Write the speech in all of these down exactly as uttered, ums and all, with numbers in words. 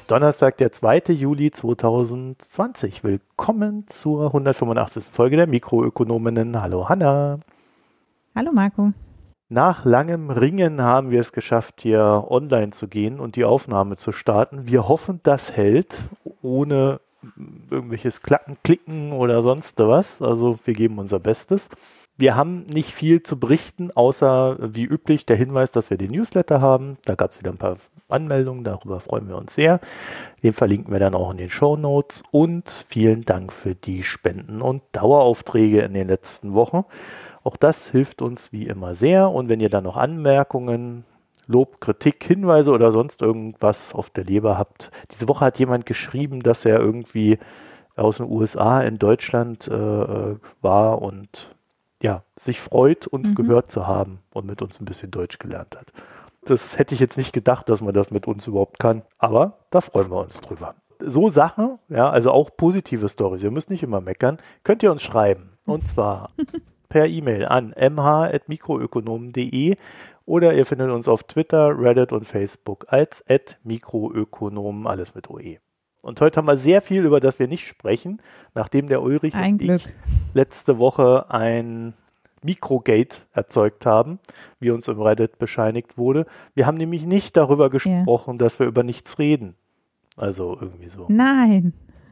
ist Donnerstag, der zweite Juli zweitausendzwanzig. Willkommen zur hundertfünfundachtzigsten Folge der Mikroökonominnen. Hallo Hanna. Hallo Marco. Nach langem Ringen haben wir es geschafft, hier online zu gehen und die Aufnahme zu starten. Wir hoffen, das hält, ohne irgendwelches Klacken, Klicken oder sonst was. Also wir geben unser Bestes. Wir haben nicht viel zu berichten, außer wie üblich der Hinweis, dass wir den Newsletter haben. Da gab es wieder ein paar Anmeldungen, darüber freuen wir uns sehr. Den verlinken wir dann auch in den Shownotes. Und vielen Dank für die Spenden und Daueraufträge in den letzten Wochen. Auch das hilft uns wie immer sehr. Und wenn ihr dann noch Anmerkungen, Lob, Kritik, Hinweise oder sonst irgendwas auf der Leber habt. Diese Woche hat jemand geschrieben, dass er irgendwie aus den U S A in Deutschland äh, war und ja, sich freut, uns mhm. gehört zu haben und mit uns ein bisschen Deutsch gelernt hat. Das hätte ich jetzt nicht gedacht, dass man das mit uns überhaupt kann, aber da freuen wir uns drüber. So Sachen, ja, also auch positive Storys, ihr müsst nicht immer meckern, könnt ihr uns schreiben. Und zwar per E-Mail an m h at mikroökonomen punkt de oder ihr findet uns auf Twitter, Reddit und Facebook als at mikroökonomen, alles mit O E. Und heute haben wir sehr viel, über das wir nicht sprechen, nachdem der Ulrich ein und Glück. ich letzte Woche ein Mikrogate erzeugt haben, wie uns im Reddit bescheinigt wurde. Wir haben nämlich nicht darüber gesprochen, yeah. dass wir über nichts reden. Also irgendwie so. Nein.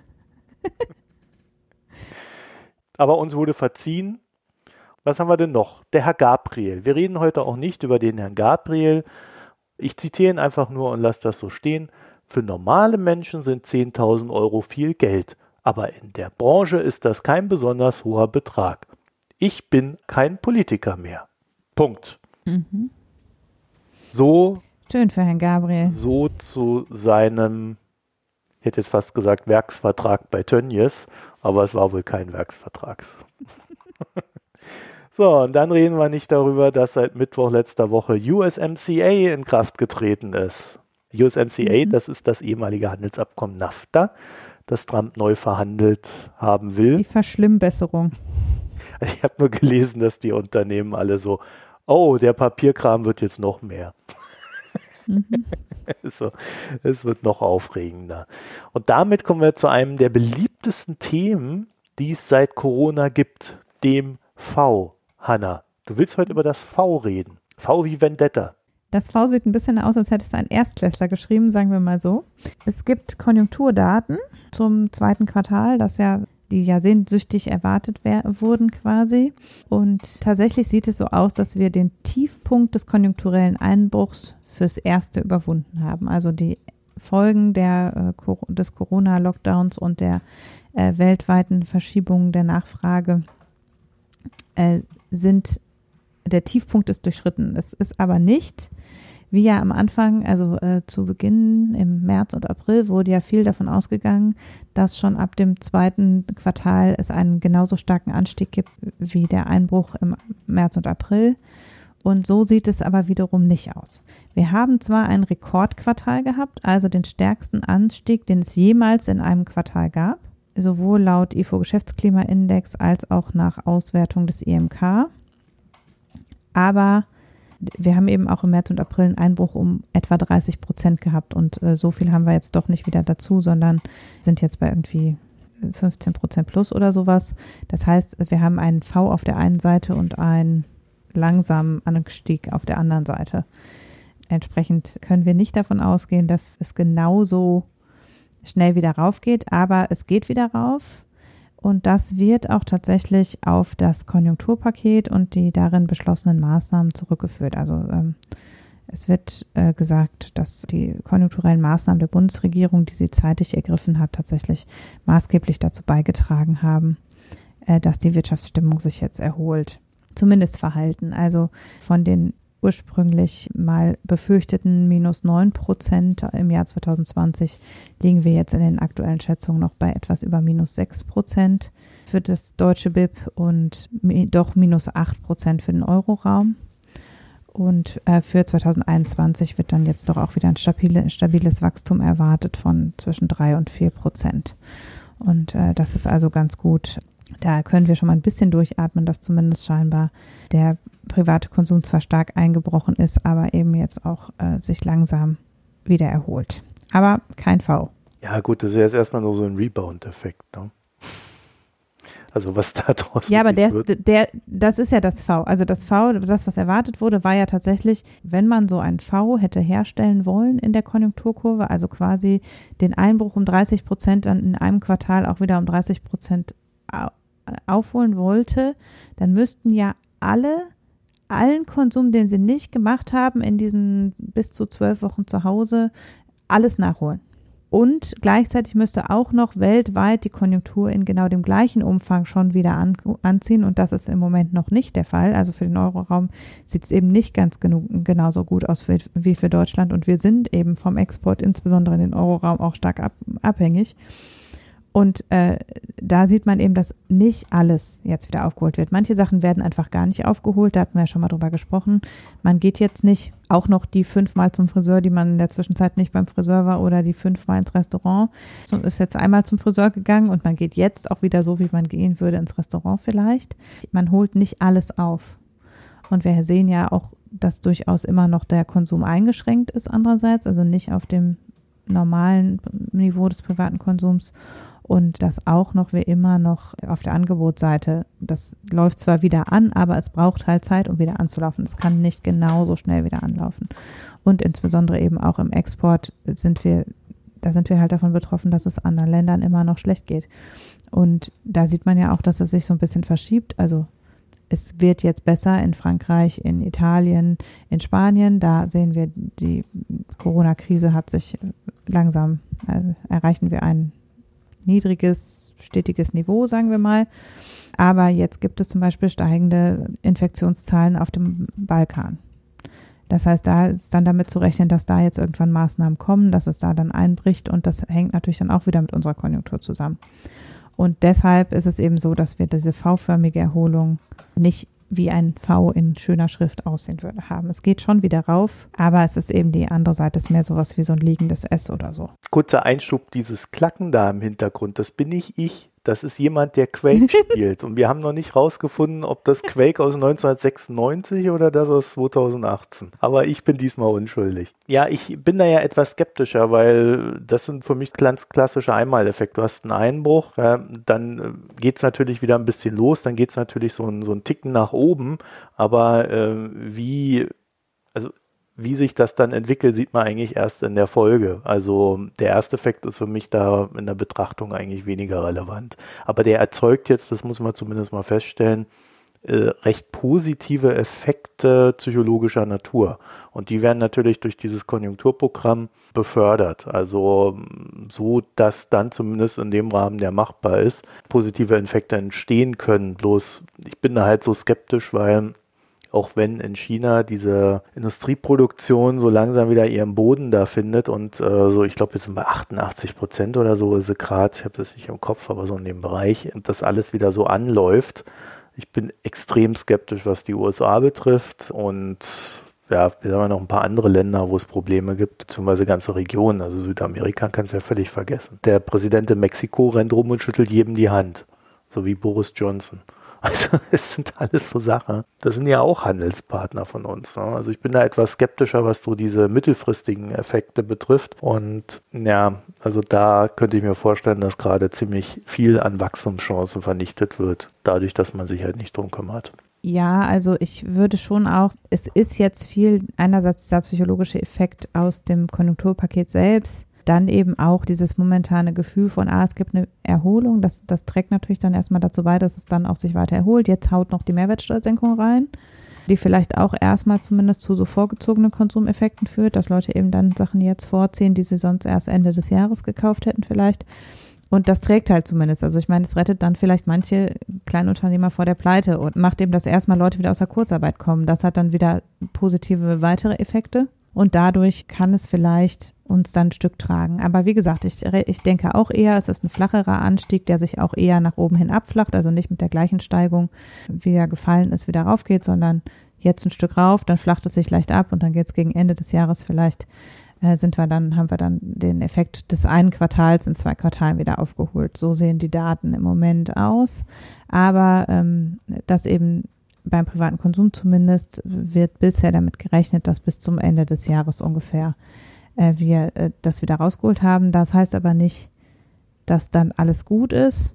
Aber uns wurde verziehen. Was haben wir denn noch? Der Herr Gabriel. Wir reden heute auch nicht über den Herrn Gabriel. Ich zitiere ihn einfach nur und lasse das so stehen. Für normale Menschen sind zehntausend Euro viel Geld, aber in der Branche ist das kein besonders hoher Betrag. Ich bin kein Politiker mehr. Punkt. Mhm. So. Schön für Herrn Gabriel. So zu seinem, ich hätte jetzt fast gesagt, Werksvertrag bei Tönnies, aber es war wohl kein Werksvertrag. So, und dann reden wir nicht darüber, dass seit Mittwoch letzter Woche U S M C A in Kraft getreten ist. U S M C A, mhm. das ist das ehemalige Handelsabkommen NAFTA, das Trump neu verhandelt haben will. Die Verschlimmbesserung. Ich habe nur gelesen, dass die Unternehmen alle so, oh, der Papierkram wird jetzt noch mehr. Mhm. so, es wird noch aufregender. Und damit kommen wir zu einem der beliebtesten Themen, die es seit Corona gibt, dem V. Hanna, du willst heute über das V reden. V wie Vendetta. Das V sieht ein bisschen aus, als hättest du ein Erstklässler geschrieben, sagen wir mal so. Es gibt Konjunkturdaten zum zweiten Quartal, das ja, die ja sehnsüchtig erwartet wer- wurden quasi. Und tatsächlich sieht es so aus, dass wir den Tiefpunkt des konjunkturellen Einbruchs fürs Erste überwunden haben. Also die Folgen der, äh, des Corona-Lockdowns und der äh, weltweiten Verschiebungen der Nachfrage äh, sind, der Tiefpunkt ist durchschritten. Es ist aber nicht, wie ja am Anfang, also äh, zu Beginn im März und April wurde ja viel davon ausgegangen, dass schon ab dem zweiten Quartal es einen genauso starken Anstieg gibt wie der Einbruch im März und April. Und so sieht es aber wiederum nicht aus. Wir haben zwar ein Rekordquartal gehabt, also den stärksten Anstieg, den es jemals in einem Quartal gab, sowohl laut I F O-Geschäftsklimaindex als auch nach Auswertung des I M K. Aber wir haben eben auch im März und April einen Einbruch um etwa dreißig Prozent gehabt und äh, so viel haben wir jetzt doch nicht wieder dazu, sondern sind jetzt bei irgendwie fünfzehn Prozent plus oder sowas. Das heißt, wir haben einen V auf der einen Seite und einen langsamen Anstieg auf der anderen Seite. Entsprechend können wir nicht davon ausgehen, dass es genauso schnell wieder raufgeht, aber es geht wieder rauf. Und das wird auch tatsächlich auf das Konjunkturpaket und die darin beschlossenen Maßnahmen zurückgeführt. Also ähm, es wird äh, gesagt, dass die konjunkturellen Maßnahmen der Bundesregierung, die sie zeitig ergriffen hat, tatsächlich maßgeblich dazu beigetragen haben, äh, dass die Wirtschaftsstimmung sich jetzt erholt. Zumindest verhalten. Also von den ursprünglich mal befürchteten minus neun Prozent im Jahr zwanzig zwanzig liegen wir jetzt in den aktuellen Schätzungen noch bei etwas über minus sechs Prozent für das deutsche B I P und doch minus acht Prozent für den Euroraum. Und äh, für zwanzig einundzwanzig wird dann jetzt doch auch wieder ein stabile, stabiles Wachstum erwartet von zwischen drei und vier Prozent. Und äh, das ist also ganz gut. Da können wir schon mal ein bisschen durchatmen, dass zumindest scheinbar der private Konsum zwar stark eingebrochen ist, aber eben jetzt auch äh, sich langsam wieder erholt. aber kein V. Ja gut, das ist ja jetzt erstmal nur so ein Rebound-Effekt, ne? Also was da draus Ja, aber der, wird. der, das ist ja das V. Also das V, das, was erwartet wurde, war ja tatsächlich, wenn man so ein V hätte herstellen wollen in der Konjunkturkurve, also quasi den Einbruch um dreißig Prozent dann in einem Quartal auch wieder um dreißig Prozent aufholen wollte, dann müssten ja alle, allen Konsum, den sie nicht gemacht haben, in diesen bis zu zwölf Wochen zu Hause, alles nachholen. Und gleichzeitig müsste auch noch weltweit die Konjunktur in genau dem gleichen Umfang schon wieder an, anziehen. Und das ist im Moment noch nicht der Fall. Also für den Euroraum sieht es eben nicht ganz genug, genauso gut aus für, wie für Deutschland. Und wir sind eben vom Export, insbesondere in den Euroraum, auch stark ab, abhängig. Und äh, da sieht man eben, dass nicht alles jetzt wieder aufgeholt wird. Manche Sachen werden einfach gar nicht aufgeholt, da hatten wir ja schon mal drüber gesprochen. Man geht jetzt nicht auch noch die fünfmal zum Friseur, die man in der Zwischenzeit nicht beim Friseur war, oder die fünfmal ins Restaurant. So, ist jetzt einmal zum Friseur gegangen und man geht jetzt auch wieder so, wie man gehen würde, ins Restaurant vielleicht. Man holt nicht alles auf. Und wir sehen ja auch, dass durchaus immer noch der Konsum eingeschränkt ist andererseits, also nicht auf dem normalen Niveau des privaten Konsums. Und das auch noch wie immer noch auf der Angebotsseite, das läuft zwar wieder an, aber es braucht halt Zeit, um wieder anzulaufen. Es kann nicht genauso schnell wieder anlaufen. Und insbesondere eben auch im Export sind wir, da sind wir halt davon betroffen, dass es anderen Ländern immer noch schlecht geht. Und da sieht man ja auch, dass es sich so ein bisschen verschiebt. Also es wird jetzt besser in Frankreich, in Italien, in Spanien. Da sehen wir, die Corona-Krise hat sich langsam, also erreichen wir einen niedriges, stetiges Niveau, sagen wir mal. Aber jetzt gibt es zum Beispiel steigende Infektionszahlen auf dem Balkan. Das heißt, da ist dann damit zu rechnen, dass da jetzt irgendwann Maßnahmen kommen, dass es da dann einbricht, und das hängt natürlich dann auch wieder mit unserer Konjunktur zusammen. Und deshalb ist es eben so, dass wir diese V-förmige Erholung nicht wie ein V in schöner Schrift aussehen würde, haben. Es geht schon wieder rauf, aber es ist eben die andere Seite, ist mehr sowas wie so ein liegendes S oder so. Kurzer Einschub, dieses Klacken da im Hintergrund, das bin nicht ich. Das ist jemand, der Quake spielt. Und wir haben noch nicht rausgefunden, ob das Quake aus neunzehnhundertsechsundneunzig oder das aus zweitausendachtzehn. Aber ich bin diesmal unschuldig. Ja, ich bin da ja etwas skeptischer, weil das sind für mich ganz klassische Einmaleffekte. Du hast einen Einbruch, ja, dann geht es natürlich wieder ein bisschen los, dann geht es natürlich so ein, so ein Ticken nach oben. Aber äh, wie, also wie sich das dann entwickelt, sieht man eigentlich erst in der Folge. Also der erste Effekt ist für mich da in der Betrachtung eigentlich weniger relevant. Aber der erzeugt jetzt, das muss man zumindest mal feststellen, äh, recht positive Effekte psychologischer Natur. Und die werden natürlich durch dieses Konjunkturprogramm befördert. Also so, dass dann zumindest in dem Rahmen, der machbar ist, positive Effekte entstehen können. Bloß ich bin da halt so skeptisch, weil auch wenn in China diese Industrieproduktion so langsam wieder ihren Boden da findet und äh, so, ich glaube, jetzt sind bei achtundachtzig Prozent oder so ist sie gerade, ich habe das nicht im Kopf, aber so in dem Bereich, und das alles wieder so anläuft. Ich bin extrem skeptisch, was die U S A betrifft, und ja, wir haben ja noch ein paar andere Länder, wo es Probleme gibt, beziehungsweise ganze Regionen. Also Südamerika kannst du ja völlig vergessen. Der Präsident in Mexiko rennt rum und schüttelt jedem die Hand, so wie Boris Johnson. Also es sind alles so Sachen. Das sind ja auch Handelspartner von uns. Ne? Also ich bin da etwas skeptischer, was so diese mittelfristigen Effekte betrifft. Und ja, also da könnte ich mir vorstellen, dass gerade ziemlich viel an Wachstumschancen vernichtet wird, dadurch, dass man sich halt nicht drum kümmert. Ja, also ich würde schon auch, es ist jetzt viel, einerseits dieser psychologische Effekt aus dem Konjunkturpaket selbst, dann eben auch dieses momentane Gefühl von, ah, es gibt eine Erholung, das, das trägt natürlich dann erstmal dazu bei, dass es dann auch sich weiter erholt. Jetzt haut noch die Mehrwertsteuersenkung rein, die vielleicht auch erstmal zumindest zu so vorgezogenen Konsumeffekten führt, dass Leute eben dann Sachen jetzt vorziehen, die sie sonst erst Ende des Jahres gekauft hätten vielleicht. Und das trägt halt zumindest. Also ich meine, es rettet dann vielleicht manche Kleinunternehmer vor der Pleite und macht eben, dass erstmal Leute wieder aus der Kurzarbeit kommen. Das hat dann wieder positive weitere Effekte. Und dadurch kann es vielleicht uns dann ein Stück tragen. Aber wie gesagt, ich, ich denke auch eher, es ist ein flacherer Anstieg, der sich auch eher nach oben hin abflacht, also nicht mit der gleichen Steigung, wie er gefallen ist, wieder raufgeht, sondern jetzt ein Stück rauf, dann flacht es sich leicht ab und dann geht es gegen Ende des Jahres vielleicht, äh, sind wir dann, haben wir dann den Effekt des einen Quartals in zwei Quartalen wieder aufgeholt. So sehen die Daten im Moment aus. Aber ähm, das eben beim privaten Konsum zumindest wird bisher damit gerechnet, dass bis zum Ende des Jahres ungefähr äh, wir äh, das wieder rausgeholt haben. Das heißt aber nicht, dass dann alles gut ist,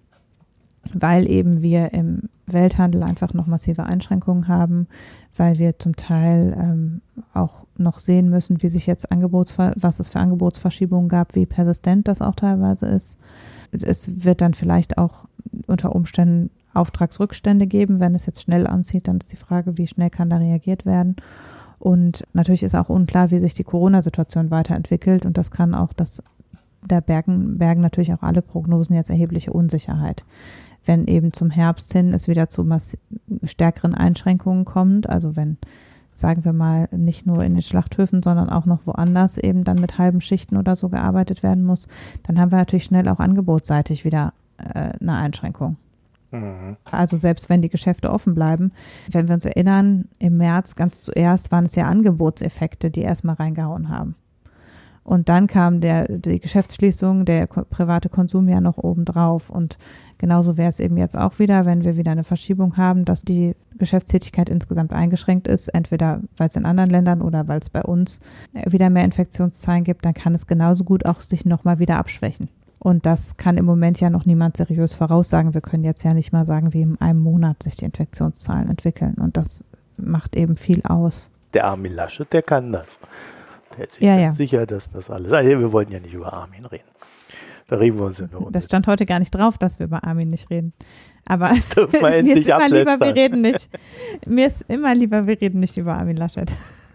weil eben wir im Welthandel einfach noch massive Einschränkungen haben, weil wir zum Teil ähm, auch noch sehen müssen, wie sich jetzt Angebots, was es für Angebotsverschiebungen gab, wie persistent das auch teilweise ist. Es wird dann vielleicht auch unter Umständen Auftragsrückstände geben, wenn es jetzt schnell anzieht, dann ist die Frage, wie schnell kann da reagiert werden. Und natürlich ist auch unklar, wie sich die Corona-Situation weiterentwickelt und das kann auch, das, da bergen, bergen natürlich auch alle Prognosen jetzt erhebliche Unsicherheit. Wenn eben zum Herbst hin es wieder zu mass- stärkeren Einschränkungen kommt, also wenn, sagen wir mal, nicht nur in den Schlachthöfen, sondern auch noch woanders eben dann mit halben Schichten oder so gearbeitet werden muss, dann haben wir natürlich schnell auch angebotsseitig wieder äh, eine Einschränkung. Mhm. Also selbst wenn die Geschäfte offen bleiben, wenn wir uns erinnern, im März ganz zuerst waren es ja Angebotseffekte, die erstmal reingehauen haben. Und dann kam der, die Geschäftsschließung, der ko- private Konsum ja noch obendrauf. Und genauso wäre es eben jetzt auch wieder, wenn wir wieder eine Verschiebung haben, dass die Geschäftstätigkeit insgesamt eingeschränkt ist, entweder weil es in anderen Ländern oder weil es bei uns wieder mehr Infektionszahlen gibt, dann kann es genauso gut auch sich nochmal wieder abschwächen. Und das kann im Moment ja noch niemand seriös voraussagen. Wir können jetzt ja nicht mal sagen, wie in einem Monat sich die Infektionszahlen entwickeln. Und das macht eben viel aus. Der Armin Laschet, der kann das. Der ist sich ja, ja. sicher, dass das alles... Also wir wollten ja nicht über Armin reden. Da reden wir uns ja nur. Das stand heute gar nicht drauf, dass wir über Armin nicht reden. Aber das dürfen wir mir ist immer ablästern. lieber, wir reden nicht. Mir ist immer lieber, wir reden nicht über Armin Laschet.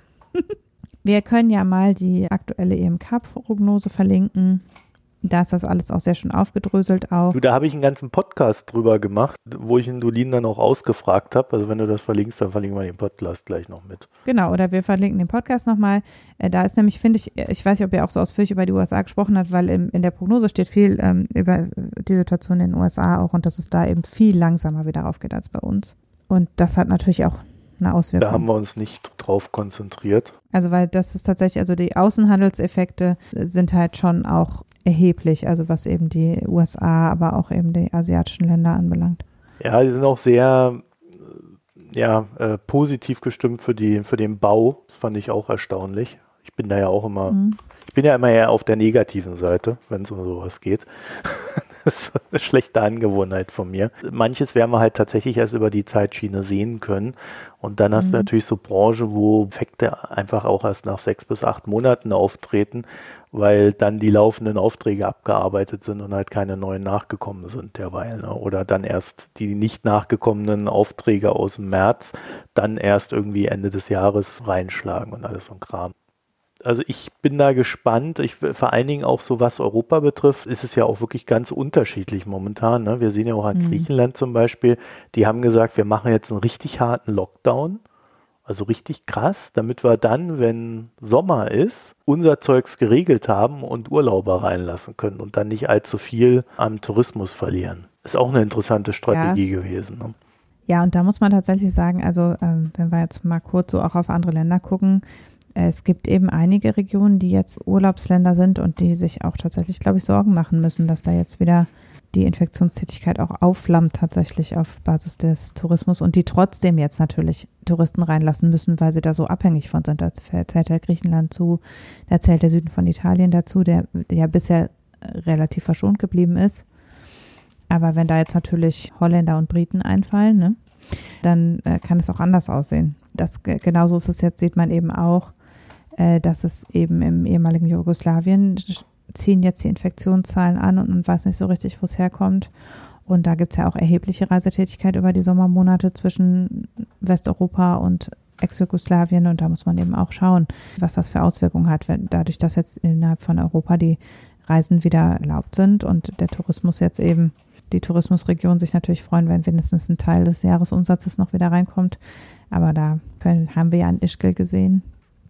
Wir können ja mal die aktuelle E M K-Prognose verlinken. Da ist das alles auch sehr schön aufgedröselt auch. Du, da habe ich einen ganzen Podcast drüber gemacht, wo ich in Dolin dann auch ausgefragt habe. Also wenn du das verlinkst, dann verlinken wir den Podcast gleich noch mit. Genau, oder wir verlinken den Podcast nochmal. Äh, da ist nämlich, finde ich, ich weiß nicht, ob ihr auch so ausführlich über die U S A gesprochen habt, weil im, in der Prognose steht viel ähm, über die Situation in den U S A auch und dass es da eben viel langsamer wieder aufgeht als bei uns. Und das hat natürlich auch eine Auswirkung. Da haben wir uns nicht drauf konzentriert. Also weil das ist tatsächlich, also die Außenhandelseffekte sind halt schon auch erheblich, also was eben die U S A, aber auch eben die asiatischen Länder anbelangt. Ja, die sind auch sehr ja, äh, positiv gestimmt für, die, für den Bau. Das fand ich auch erstaunlich. Ich bin da ja auch immer, mhm. ich bin ja immer eher auf der negativen Seite, wenn es um sowas geht. Das ist eine schlechte Angewohnheit von mir. Manches werden wir halt tatsächlich erst über die Zeitschiene sehen können. Und dann hast mhm. du natürlich so Branche, wo Effekte einfach auch erst nach sechs bis acht Monaten auftreten, weil dann die laufenden Aufträge abgearbeitet sind und halt keine neuen nachgekommen sind derweil. Ne? Oder dann erst die nicht nachgekommenen Aufträge aus dem März dann erst irgendwie Ende des Jahres reinschlagen und alles so ein Kram. Also ich bin da gespannt. Ich, vor allen Dingen auch so, was Europa betrifft, ist es ja auch wirklich ganz unterschiedlich momentan. Ne? Wir sehen ja auch an mhm. Griechenland zum Beispiel, die haben gesagt, wir machen jetzt einen richtig harten Lockdown, also richtig krass, damit wir dann, wenn Sommer ist, unser Zeugs geregelt haben und Urlauber reinlassen können und dann nicht allzu viel am Tourismus verlieren. Ist auch eine interessante Strategie ja. gewesen. Ne? Ja, und da muss man tatsächlich sagen, also ähm, wenn wir jetzt mal kurz so auch auf andere Länder gucken, es gibt eben einige Regionen, die jetzt Urlaubsländer sind und die sich auch tatsächlich, glaube ich, Sorgen machen müssen, dass da jetzt wieder die Infektionstätigkeit auch aufflammt tatsächlich auf Basis des Tourismus und die trotzdem jetzt natürlich Touristen reinlassen müssen, weil sie da so abhängig von sind. Da zählt der Griechenland zu, da zählt der Süden von Italien dazu, der ja bisher relativ verschont geblieben ist. Aber wenn da jetzt natürlich Holländer und Briten einfallen, ne, dann äh, kann es auch anders aussehen. Das, genauso ist es jetzt, sieht man eben auch, dass es eben im ehemaligen Jugoslawien ziehen jetzt die Infektionszahlen an und man weiß nicht so richtig, wo es herkommt. Und da gibt es ja auch erhebliche Reisetätigkeit über die Sommermonate zwischen Westeuropa und Ex-Jugoslawien. Und da muss man eben auch schauen, was das für Auswirkungen hat, wenn, dadurch, dass jetzt innerhalb von Europa die Reisen wieder erlaubt sind und der Tourismus jetzt eben, die Tourismusregion sich natürlich freuen, wenn wenigstens ein Teil des Jahresumsatzes noch wieder reinkommt. Aber da können, haben wir ja in Ischgl gesehen,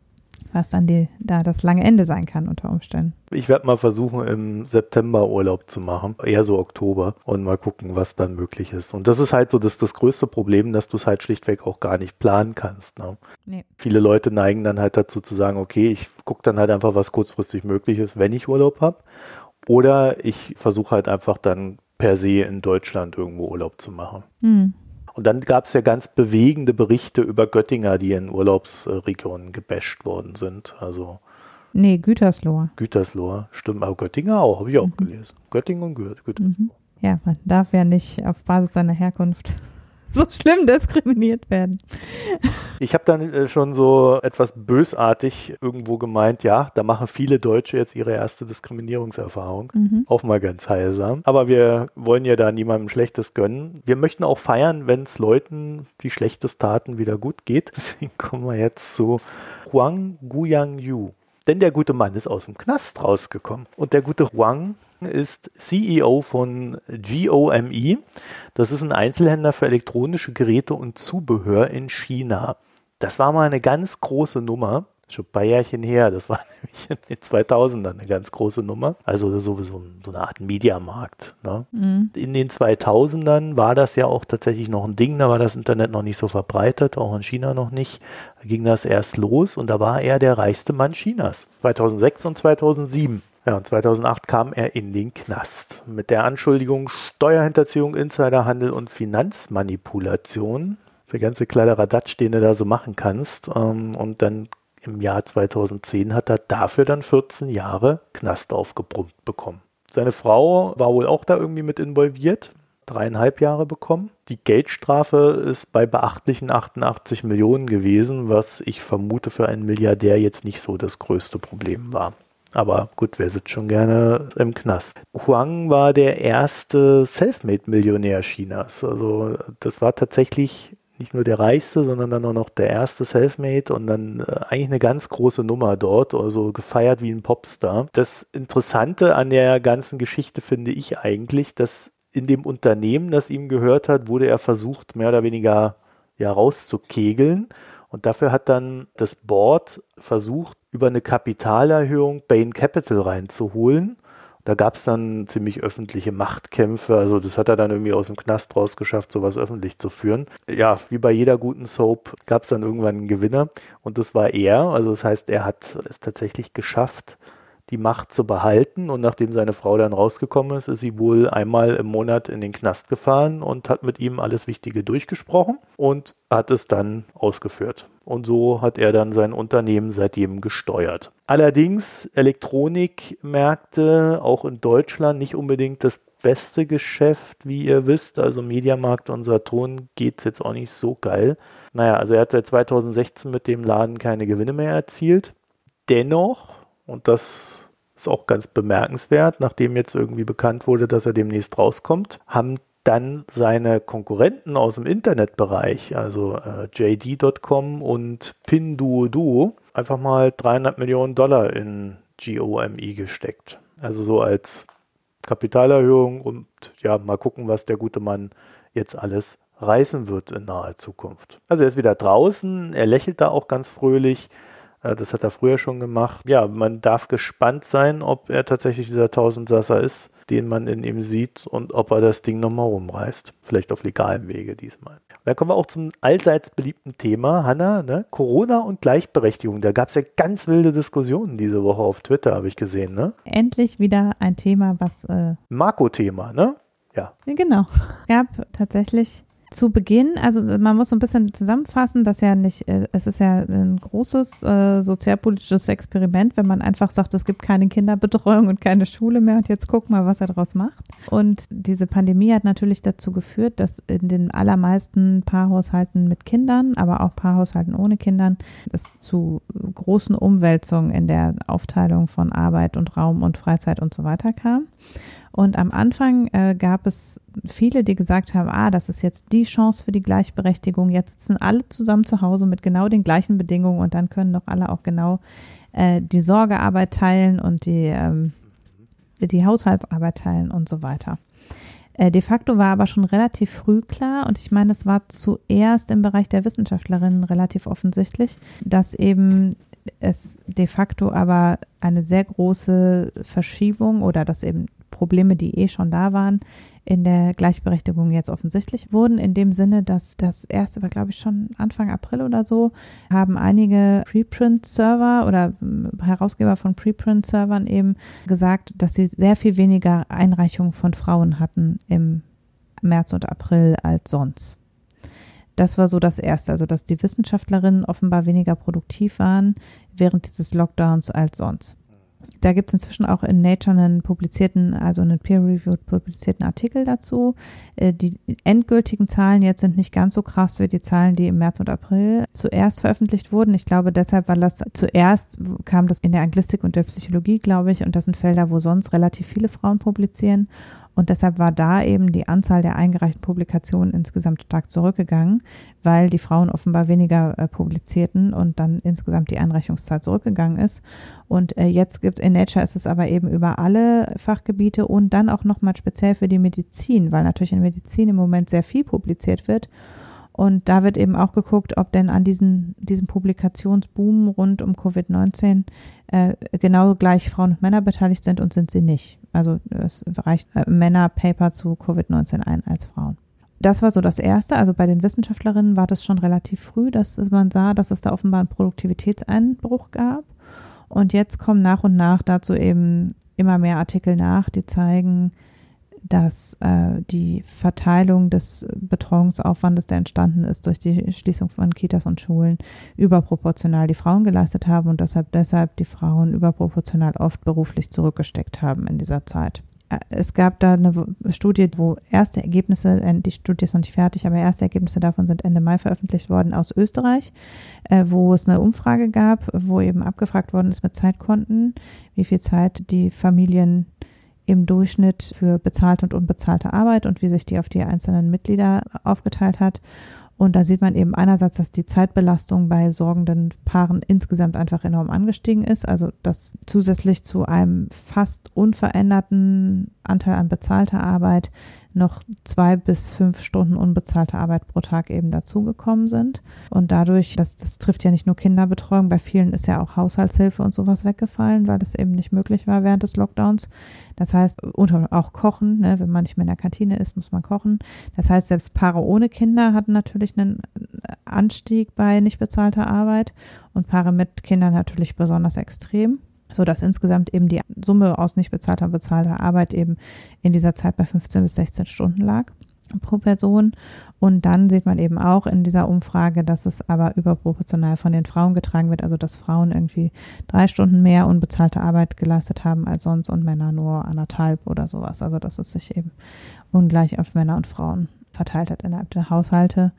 was dann die, da das lange Ende sein kann unter Umständen. Ich werde mal versuchen, im September Urlaub zu machen, eher so Oktober, und mal gucken, was dann möglich ist. Und das ist halt so das, das größte Problem, dass du es halt schlichtweg auch gar nicht planen kannst. Ne? Nee. Viele Leute neigen dann halt dazu zu sagen, okay, ich gucke dann halt einfach, was kurzfristig möglich ist, wenn ich Urlaub habe. Oder ich versuche halt einfach dann per se in Deutschland irgendwo Urlaub zu machen. Mhm. Und dann gab es ja ganz bewegende Berichte über Göttinger, die in Urlaubsregionen gebasht worden sind. Also Nee, Gütersloh. Gütersloh, stimmt. Aber Göttingen auch, habe ich auch mhm. gelesen. Göttingen und Gü- Gütersloh. Mhm. Ja, man darf ja nicht auf Basis seiner Herkunft so schlimm diskriminiert werden. Ich habe dann äh, schon so etwas bösartig irgendwo gemeint, ja, da machen viele Deutsche jetzt ihre erste Diskriminierungserfahrung. Mhm. Auch mal ganz heilsam. Aber wir wollen ja da niemandem Schlechtes gönnen. Wir möchten auch feiern, wenn es Leuten, die Schlechtes taten, wieder gut geht. Deswegen kommen wir jetzt zu Huang Guangyu. Denn der gute Mann ist aus dem Knast rausgekommen. Und der gute Huang ist C E O von G O M E. Das ist ein Einzelhändler für elektronische Geräte und Zubehör in China. Das war mal eine ganz große Nummer. Schon ein paar Jährchen her. Das war nämlich in den zweitausendern eine ganz große Nummer. Also sowieso so eine Art Mediamarkt. Ne? Mhm. In den zweitausendern war das ja auch tatsächlich noch ein Ding. Da war das Internet noch nicht so verbreitet, auch in China noch nicht. Da ging das erst los und da war er der reichste Mann Chinas. zweitausendsechs und zweitausendsieben. Ja, und zweitausendacht kam er in den Knast mit der Anschuldigung Steuerhinterziehung, Insiderhandel und Finanzmanipulation. Der ganze Kladderadatsch, den du da so machen kannst. Und dann im Jahr zweitausendzehn hat er dafür dann vierzehn Jahre Knast aufgebrummt bekommen. Seine Frau war wohl auch da irgendwie mit involviert, dreieinhalb Jahre bekommen. Die Geldstrafe ist bei beachtlichen achtundachtzig Millionen gewesen, was ich vermute für einen Milliardär jetzt nicht so das größte Problem war. Aber gut, wer sitzt schon gerne im Knast? Huang war der erste Selfmade-Millionär Chinas. Also das war tatsächlich nicht nur der reichste, sondern dann auch noch der erste Selfmade und dann äh, eigentlich eine ganz große Nummer dort, also gefeiert wie ein Popstar. Das Interessante an der ganzen Geschichte finde ich eigentlich, dass in dem Unternehmen, das ihm gehört hat, wurde er versucht, mehr oder weniger ja, rauszukegeln. Und dafür hat dann das Board versucht, über eine Kapitalerhöhung Bain Capital reinzuholen. Da gab es dann ziemlich öffentliche Machtkämpfe. Also das hat er dann irgendwie aus dem Knast rausgeschafft, sowas öffentlich zu führen. Ja, wie bei jeder guten Soap gab es dann irgendwann einen Gewinner. Und das war er. Also das heißt, er hat es tatsächlich geschafft, die Macht zu behalten. Und nachdem seine Frau dann rausgekommen ist, ist sie wohl einmal im Monat in den Knast gefahren und hat mit ihm alles Wichtige durchgesprochen und hat es dann ausgeführt. Und so hat er dann sein Unternehmen seitdem gesteuert. Allerdings Elektronikmärkte, auch in Deutschland, nicht unbedingt das beste Geschäft, wie ihr wisst. Also Mediamarkt und Saturn geht es jetzt auch nicht so geil. Naja, also er hat seit zweitausendsechzehn mit dem Laden keine Gewinne mehr erzielt. Dennoch, und das ist auch ganz bemerkenswert, nachdem jetzt irgendwie bekannt wurde, dass er demnächst rauskommt, haben dann seine Konkurrenten aus dem Internetbereich, also äh, J D Punkt com und Pinduoduo, einfach mal dreihundert Millionen Dollar in G O M E gesteckt. Also so als Kapitalerhöhung und ja, mal gucken, was der gute Mann jetzt alles reißen wird in naher Zukunft. Also er ist wieder draußen, er lächelt da auch ganz fröhlich. Das hat er früher schon gemacht. Ja, man darf gespannt sein, ob er tatsächlich dieser Tausendsasser ist, den man in ihm sieht und ob er das Ding nochmal rumreißt. Vielleicht auf legalem Wege diesmal. Dann kommen wir auch zum allseits beliebten Thema, Hanna, ne? Corona und Gleichberechtigung. Da gab es ja ganz wilde Diskussionen diese Woche auf Twitter, habe ich gesehen, ne? Endlich wieder ein Thema, was... Äh Marco-Thema, ne? Ja. Genau. Es gab tatsächlich... Zu Beginn, also man muss so ein bisschen zusammenfassen, dass ja nicht, es ist ja ein großes äh, sozialpolitisches Experiment, wenn man einfach sagt, es gibt keine Kinderbetreuung und keine Schule mehr und jetzt guck mal, was er daraus macht. Und diese Pandemie hat natürlich dazu geführt, dass in den allermeisten Paarhaushalten mit Kindern, aber auch Paarhaushalten ohne Kindern, es zu großen Umwälzungen in der Aufteilung von Arbeit und Raum und Freizeit und so weiter kam. Und am Anfang äh, gab es viele, die gesagt haben, ah, das ist jetzt die Chance für die Gleichberechtigung. Jetzt sitzen alle zusammen zu Hause mit genau den gleichen Bedingungen und dann können doch alle auch genau äh, die Sorgearbeit teilen und die, ähm, die Haushaltsarbeit teilen und so weiter. Äh, de facto war aber schon relativ früh klar und ich meine, es war zuerst im Bereich der Wissenschaftlerinnen relativ offensichtlich, dass eben es de facto aber eine sehr große Verschiebung oder dass eben Probleme, die eh schon da waren, in der Gleichberechtigung jetzt offensichtlich wurden, in dem Sinne, dass das erste war, glaube ich, schon Anfang April oder so, haben einige Preprint-Server oder Herausgeber von Preprint-Servern eben gesagt, dass sie sehr viel weniger Einreichungen von Frauen hatten im März und April als sonst. Das war so das Erste, also dass die Wissenschaftlerinnen offenbar weniger produktiv waren während dieses Lockdowns als sonst. Da gibt es inzwischen auch in Nature einen publizierten, also einen peer-reviewed publizierten Artikel dazu. Die endgültigen Zahlen jetzt sind nicht ganz so krass wie die Zahlen, die im März und April zuerst veröffentlicht wurden. Ich glaube deshalb, weil das zuerst kam das in der Anglistik und der Psychologie, glaube ich, und das sind Felder, wo sonst relativ viele Frauen publizieren. Und deshalb war da eben die Anzahl der eingereichten Publikationen insgesamt stark zurückgegangen, weil die Frauen offenbar weniger äh, publizierten und dann insgesamt die Einreichungszahl zurückgegangen ist. Und äh, jetzt gibt in Nature ist es aber eben über alle Fachgebiete und dann auch nochmal speziell für die Medizin, weil natürlich in Medizin im Moment sehr viel publiziert wird. Und da wird eben auch geguckt, ob denn an diesen, diesem Publikationsboom rund um Covid neunzehn äh, genau gleich Frauen und Männer beteiligt sind und sind sie nicht. Also es reicht äh, Männer-Paper zu Covid neunzehn ein als Frauen. Das war so das Erste. Also bei den Wissenschaftlerinnen war das schon relativ früh, dass man sah, dass es da offenbar einen Produktivitätseinbruch gab. Und jetzt kommen nach und nach dazu eben immer mehr Artikel nach, die zeigen, dass äh, die Verteilung des Betreuungsaufwandes, der entstanden ist durch die Schließung von Kitas und Schulen, überproportional die Frauen geleistet haben und deshalb deshalb die Frauen überproportional oft beruflich zurückgesteckt haben in dieser Zeit. Es gab da eine Studie, wo erste Ergebnisse, die Studie ist noch nicht fertig, aber erste Ergebnisse davon sind Ende Mai veröffentlicht worden aus Österreich, wo es eine Umfrage gab, wo eben abgefragt worden ist mit Zeitkonten, wie viel Zeit die Familien im Durchschnitt für bezahlte und unbezahlte Arbeit und wie sich die auf die einzelnen Mitglieder aufgeteilt hat. Und da sieht man eben einerseits, dass die Zeitbelastung bei sorgenden Paaren insgesamt einfach enorm angestiegen ist. Also dass zusätzlich zu einem fast unveränderten Anteil an bezahlter Arbeit noch zwei bis fünf Stunden unbezahlte Arbeit pro Tag eben dazugekommen sind. Und dadurch, das, das trifft ja nicht nur Kinderbetreuung, bei vielen ist ja auch Haushaltshilfe und sowas weggefallen, weil das eben nicht möglich war während des Lockdowns. Das heißt, und auch Kochen, ne, wenn man nicht mehr in der Kantine ist, muss man kochen. Das heißt, selbst Paare ohne Kinder hatten natürlich einen Anstieg bei nicht bezahlter Arbeit und Paare mit Kindern natürlich besonders extrem, so dass insgesamt eben die Summe aus nicht bezahlter und bezahlter Arbeit eben in dieser Zeit bei fünfzehn bis sechzehn Stunden lag pro Person. Und dann sieht man eben auch in dieser Umfrage, dass es aber überproportional von den Frauen getragen wird, also dass Frauen irgendwie drei Stunden mehr unbezahlte Arbeit geleistet haben als sonst und Männer nur anderthalb oder sowas. Also dass es sich eben ungleich auf Männer und Frauen verteilt hat innerhalb der Haushalte.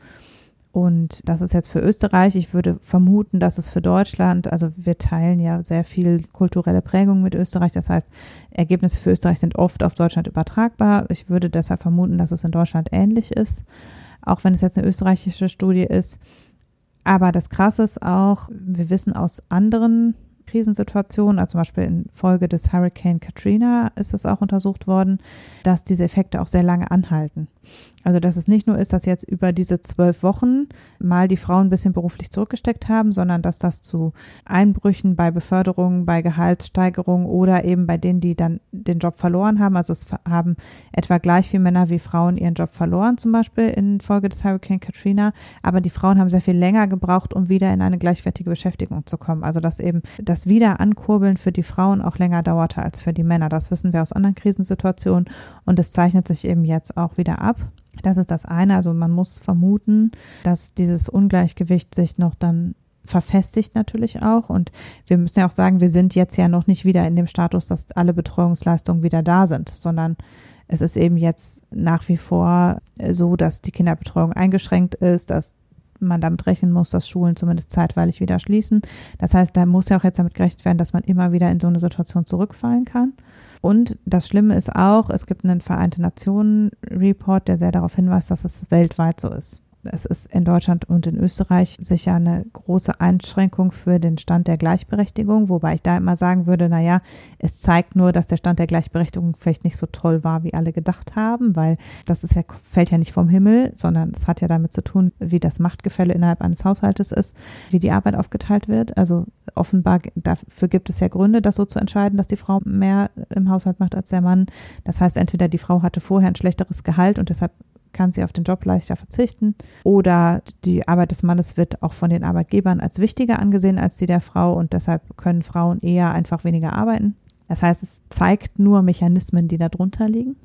Und das ist jetzt für Österreich. Ich würde vermuten, dass es für Deutschland, also wir teilen ja sehr viel kulturelle Prägung mit Österreich. Das heißt, Ergebnisse für Österreich sind oft auf Deutschland übertragbar. Ich würde deshalb vermuten, dass es in Deutschland ähnlich ist, auch wenn es jetzt eine österreichische Studie ist. Aber das Krasse ist auch, wir wissen aus anderen Krisensituationen, also zum Beispiel in Folge des Hurricane Katrina ist es auch untersucht worden, dass diese Effekte auch sehr lange anhalten. Also dass es nicht nur ist, dass jetzt über diese zwölf Wochen mal die Frauen ein bisschen beruflich zurückgesteckt haben, sondern dass das zu Einbrüchen bei Beförderungen, bei Gehaltssteigerungen oder eben bei denen, die dann den Job verloren haben. Also es haben etwa gleich viele Männer wie Frauen ihren Job verloren, zum Beispiel in Folge des Hurricane Katrina. Aber die Frauen haben sehr viel länger gebraucht, um wieder in eine gleichwertige Beschäftigung zu kommen. Also dass eben das Wiederankurbeln für die Frauen auch länger dauerte als für die Männer. Das wissen wir aus anderen Krisensituationen und es zeichnet sich eben jetzt auch wieder ab. Das ist das eine, also man muss vermuten, dass dieses Ungleichgewicht sich noch dann verfestigt natürlich auch und wir müssen ja auch sagen, wir sind jetzt ja noch nicht wieder in dem Status, dass alle Betreuungsleistungen wieder da sind, sondern es ist eben jetzt nach wie vor so, dass die Kinderbetreuung eingeschränkt ist, dass man damit rechnen muss, dass Schulen zumindest zeitweilig wieder schließen. Das heißt, da muss ja auch jetzt damit gerechnet werden, dass man immer wieder in so eine Situation zurückfallen kann. Und das Schlimme ist auch, es gibt einen Vereinte Nationen-Report, der sehr darauf hinweist, dass es weltweit so ist. Es ist in Deutschland und in Österreich sicher eine große Einschränkung für den Stand der Gleichberechtigung, wobei ich da immer sagen würde, naja, es zeigt nur, dass der Stand der Gleichberechtigung vielleicht nicht so toll war, wie alle gedacht haben, weil das ist ja, fällt ja nicht vom Himmel, sondern es hat ja damit zu tun, wie das Machtgefälle innerhalb eines Haushaltes ist, wie die Arbeit aufgeteilt wird. Also offenbar, dafür gibt es ja Gründe, das so zu entscheiden, dass die Frau mehr im Haushalt macht als der Mann. Das heißt, entweder die Frau hatte vorher ein schlechteres Gehalt und deshalb kann sie auf den Job leichter verzichten oder die Arbeit des Mannes wird auch von den Arbeitgebern als wichtiger angesehen als die der Frau und deshalb können Frauen eher einfach weniger arbeiten. Das heißt, es zeigt nur Mechanismen, die da drunter liegen.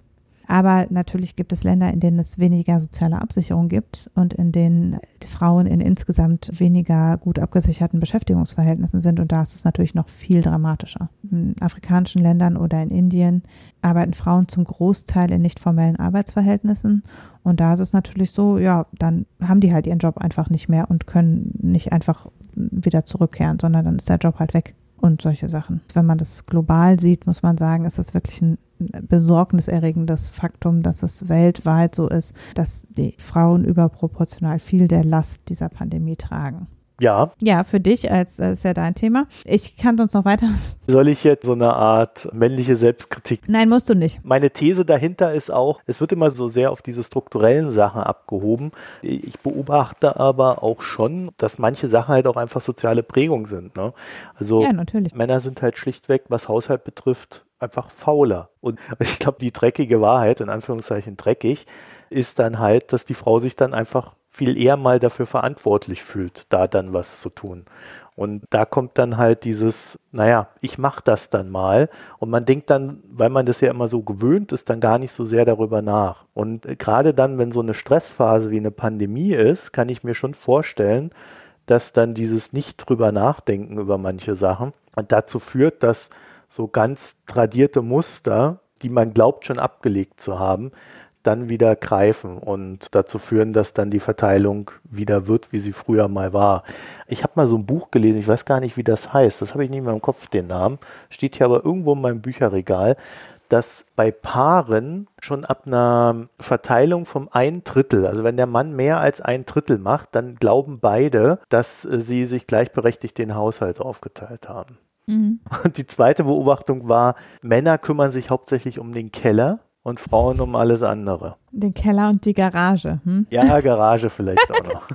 Aber natürlich gibt es Länder, in denen es weniger soziale Absicherung gibt und in denen die Frauen in insgesamt weniger gut abgesicherten Beschäftigungsverhältnissen sind. Und da ist es natürlich noch viel dramatischer. In afrikanischen Ländern oder in Indien arbeiten Frauen zum Großteil in nicht formellen Arbeitsverhältnissen. Und da ist es natürlich so, ja, dann haben die halt ihren Job einfach nicht mehr und können nicht einfach wieder zurückkehren, sondern dann ist der Job halt weg und solche Sachen. Wenn man das global sieht, muss man sagen, ist das wirklich ein besorgniserregendes Faktum, dass es weltweit so ist, dass die Frauen überproportional viel der Last dieser Pandemie tragen. Ja. Ja, für dich, als das ist ja dein Thema. Ich kann sonst noch weiter. Soll ich jetzt so eine Art männliche Selbstkritik? Nein, musst du nicht. Meine These dahinter ist auch, es wird immer so sehr auf diese strukturellen Sachen abgehoben. Ich beobachte aber auch schon, dass manche Sachen halt auch einfach soziale Prägung sind. Ne? Also ja, natürlich. Männer sind halt schlichtweg, was Haushalt betrifft, einfach fauler. Und ich glaube, die dreckige Wahrheit, in Anführungszeichen dreckig, ist dann halt, dass die Frau sich dann einfach viel eher mal dafür verantwortlich fühlt, da dann was zu tun. Und da kommt dann halt dieses, naja, ich mache das dann mal. Und man denkt dann, weil man das ja immer so gewöhnt ist, dann gar nicht so sehr darüber nach. Und gerade dann, wenn so eine Stressphase wie eine Pandemie ist, kann ich mir schon vorstellen, dass dann dieses nicht drüber nachdenken über manche Sachen dazu führt, dass so ganz tradierte Muster, die man glaubt schon abgelegt zu haben, dann wieder greifen und dazu führen, dass dann die Verteilung wieder wird, wie sie früher mal war. Ich habe mal so ein Buch gelesen, ich weiß gar nicht, wie das heißt, das habe ich nicht mehr im Kopf, den Namen, steht hier aber irgendwo in meinem Bücherregal, dass bei Paaren schon ab einer Verteilung vom ein Drittel, also wenn der Mann mehr als ein Drittel macht, dann glauben beide, dass sie sich gleichberechtigt den Haushalt aufgeteilt haben. Mhm. Und die zweite Beobachtung war, Männer kümmern sich hauptsächlich um den Keller und Frauen um alles andere. Den Keller und die Garage. Hm? Ja, Garage vielleicht auch noch.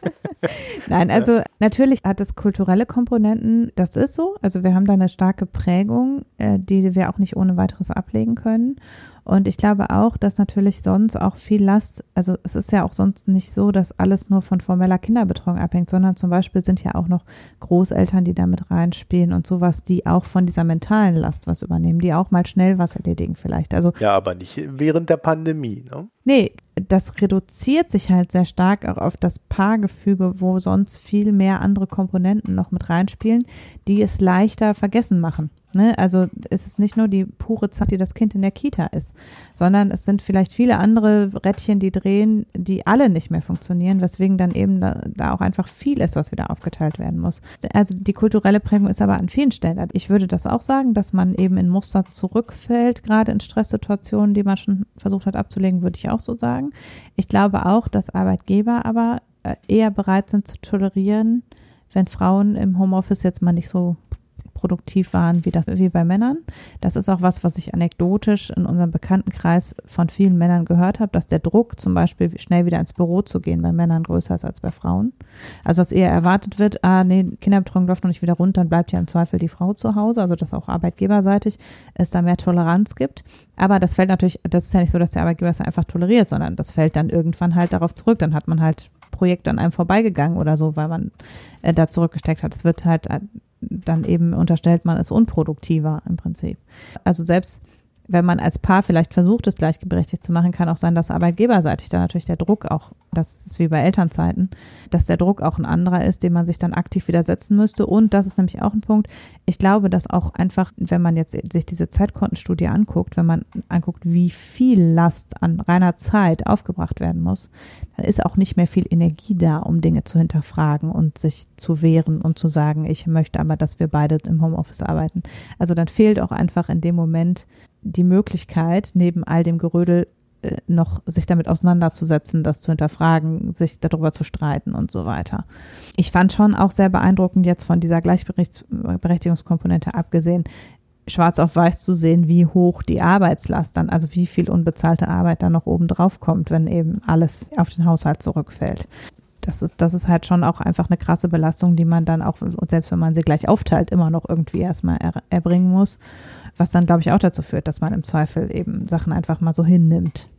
Nein, also ja. Natürlich hat es kulturelle Komponenten, das ist so. Also wir haben da eine starke Prägung, äh, die wir auch nicht ohne weiteres ablegen können. Und ich glaube auch, dass natürlich sonst auch viel Last, also es ist ja auch sonst nicht so, dass alles nur von formeller Kinderbetreuung abhängt, sondern zum Beispiel sind ja auch noch Großeltern, die da mit reinspielen und sowas, die auch von dieser mentalen Last was übernehmen, die auch mal schnell was erledigen vielleicht. Also ja, aber nicht während der Pandemie, ne? Nee, das reduziert sich halt sehr stark auch auf das Paargefüge, wo sonst viel mehr andere Komponenten noch mit reinspielen, die es leichter vergessen machen. Ne? Also es ist nicht nur die pure Zeit, die das Kind in der Kita ist, sondern es sind vielleicht viele andere Rädchen, die drehen, die alle nicht mehr funktionieren, weswegen dann eben da, da auch einfach viel ist, was wieder aufgeteilt werden muss. Also die kulturelle Prägung ist aber an vielen Stellen. Ich würde das auch sagen, dass man eben in Muster zurückfällt, gerade in Stresssituationen, die man schon versucht hat abzulegen, würde ich auch so sagen. Ich glaube auch, dass Arbeitgeber aber eher bereit sind zu tolerieren, wenn Frauen im Homeoffice jetzt mal nicht so produktiv waren wie das wie bei Männern. Das ist auch was, was ich anekdotisch in unserem Bekanntenkreis von vielen Männern gehört habe, dass der Druck zum Beispiel schnell wieder ins Büro zu gehen bei Männern größer ist als bei Frauen. Also dass eher erwartet wird, ah nee, Kinderbetreuung läuft noch nicht wieder rund, dann bleibt ja im Zweifel die Frau zu Hause, also dass auch arbeitgeberseitig es da mehr Toleranz gibt. Aber das fällt natürlich, das ist ja nicht so, dass der Arbeitgeber es einfach toleriert, sondern das fällt dann irgendwann halt darauf zurück. Dann hat man halt Projekt an einem vorbeigegangen oder so, weil man äh, da zurückgesteckt hat. Es wird halt äh, dann eben unterstellt, man ist unproduktiver im Prinzip. Also selbst wenn man als Paar vielleicht versucht, es gleichberechtigt zu machen, kann auch sein, dass arbeitgeberseitig dann natürlich der Druck auch, das ist wie bei Elternzeiten, dass der Druck auch ein anderer ist, dem man sich dann aktiv widersetzen müsste. Und das ist nämlich auch ein Punkt, ich glaube, dass auch einfach, wenn man jetzt sich diese Zeitkontenstudie anguckt, wenn man anguckt, wie viel Last an reiner Zeit aufgebracht werden muss, dann ist auch nicht mehr viel Energie da, um Dinge zu hinterfragen und sich zu wehren und zu sagen, ich möchte aber, dass wir beide im Homeoffice arbeiten. Also dann fehlt auch einfach in dem Moment die Möglichkeit, neben all dem Gerödel äh, noch sich damit auseinanderzusetzen, das zu hinterfragen, sich darüber zu streiten und so weiter. Ich fand schon auch sehr beeindruckend, jetzt von dieser Gleichberechtigungskomponente abgesehen, schwarz auf weiß zu sehen, wie hoch die Arbeitslast dann, also wie viel unbezahlte Arbeit dann noch oben drauf kommt, wenn eben alles auf den Haushalt zurückfällt. Das ist, das ist halt schon auch einfach eine krasse Belastung, die man dann auch, selbst wenn man sie gleich aufteilt, immer noch irgendwie erstmal er, erbringen muss. Was dann, glaube ich, auch dazu führt, dass man im Zweifel eben Sachen einfach mal so hinnimmt.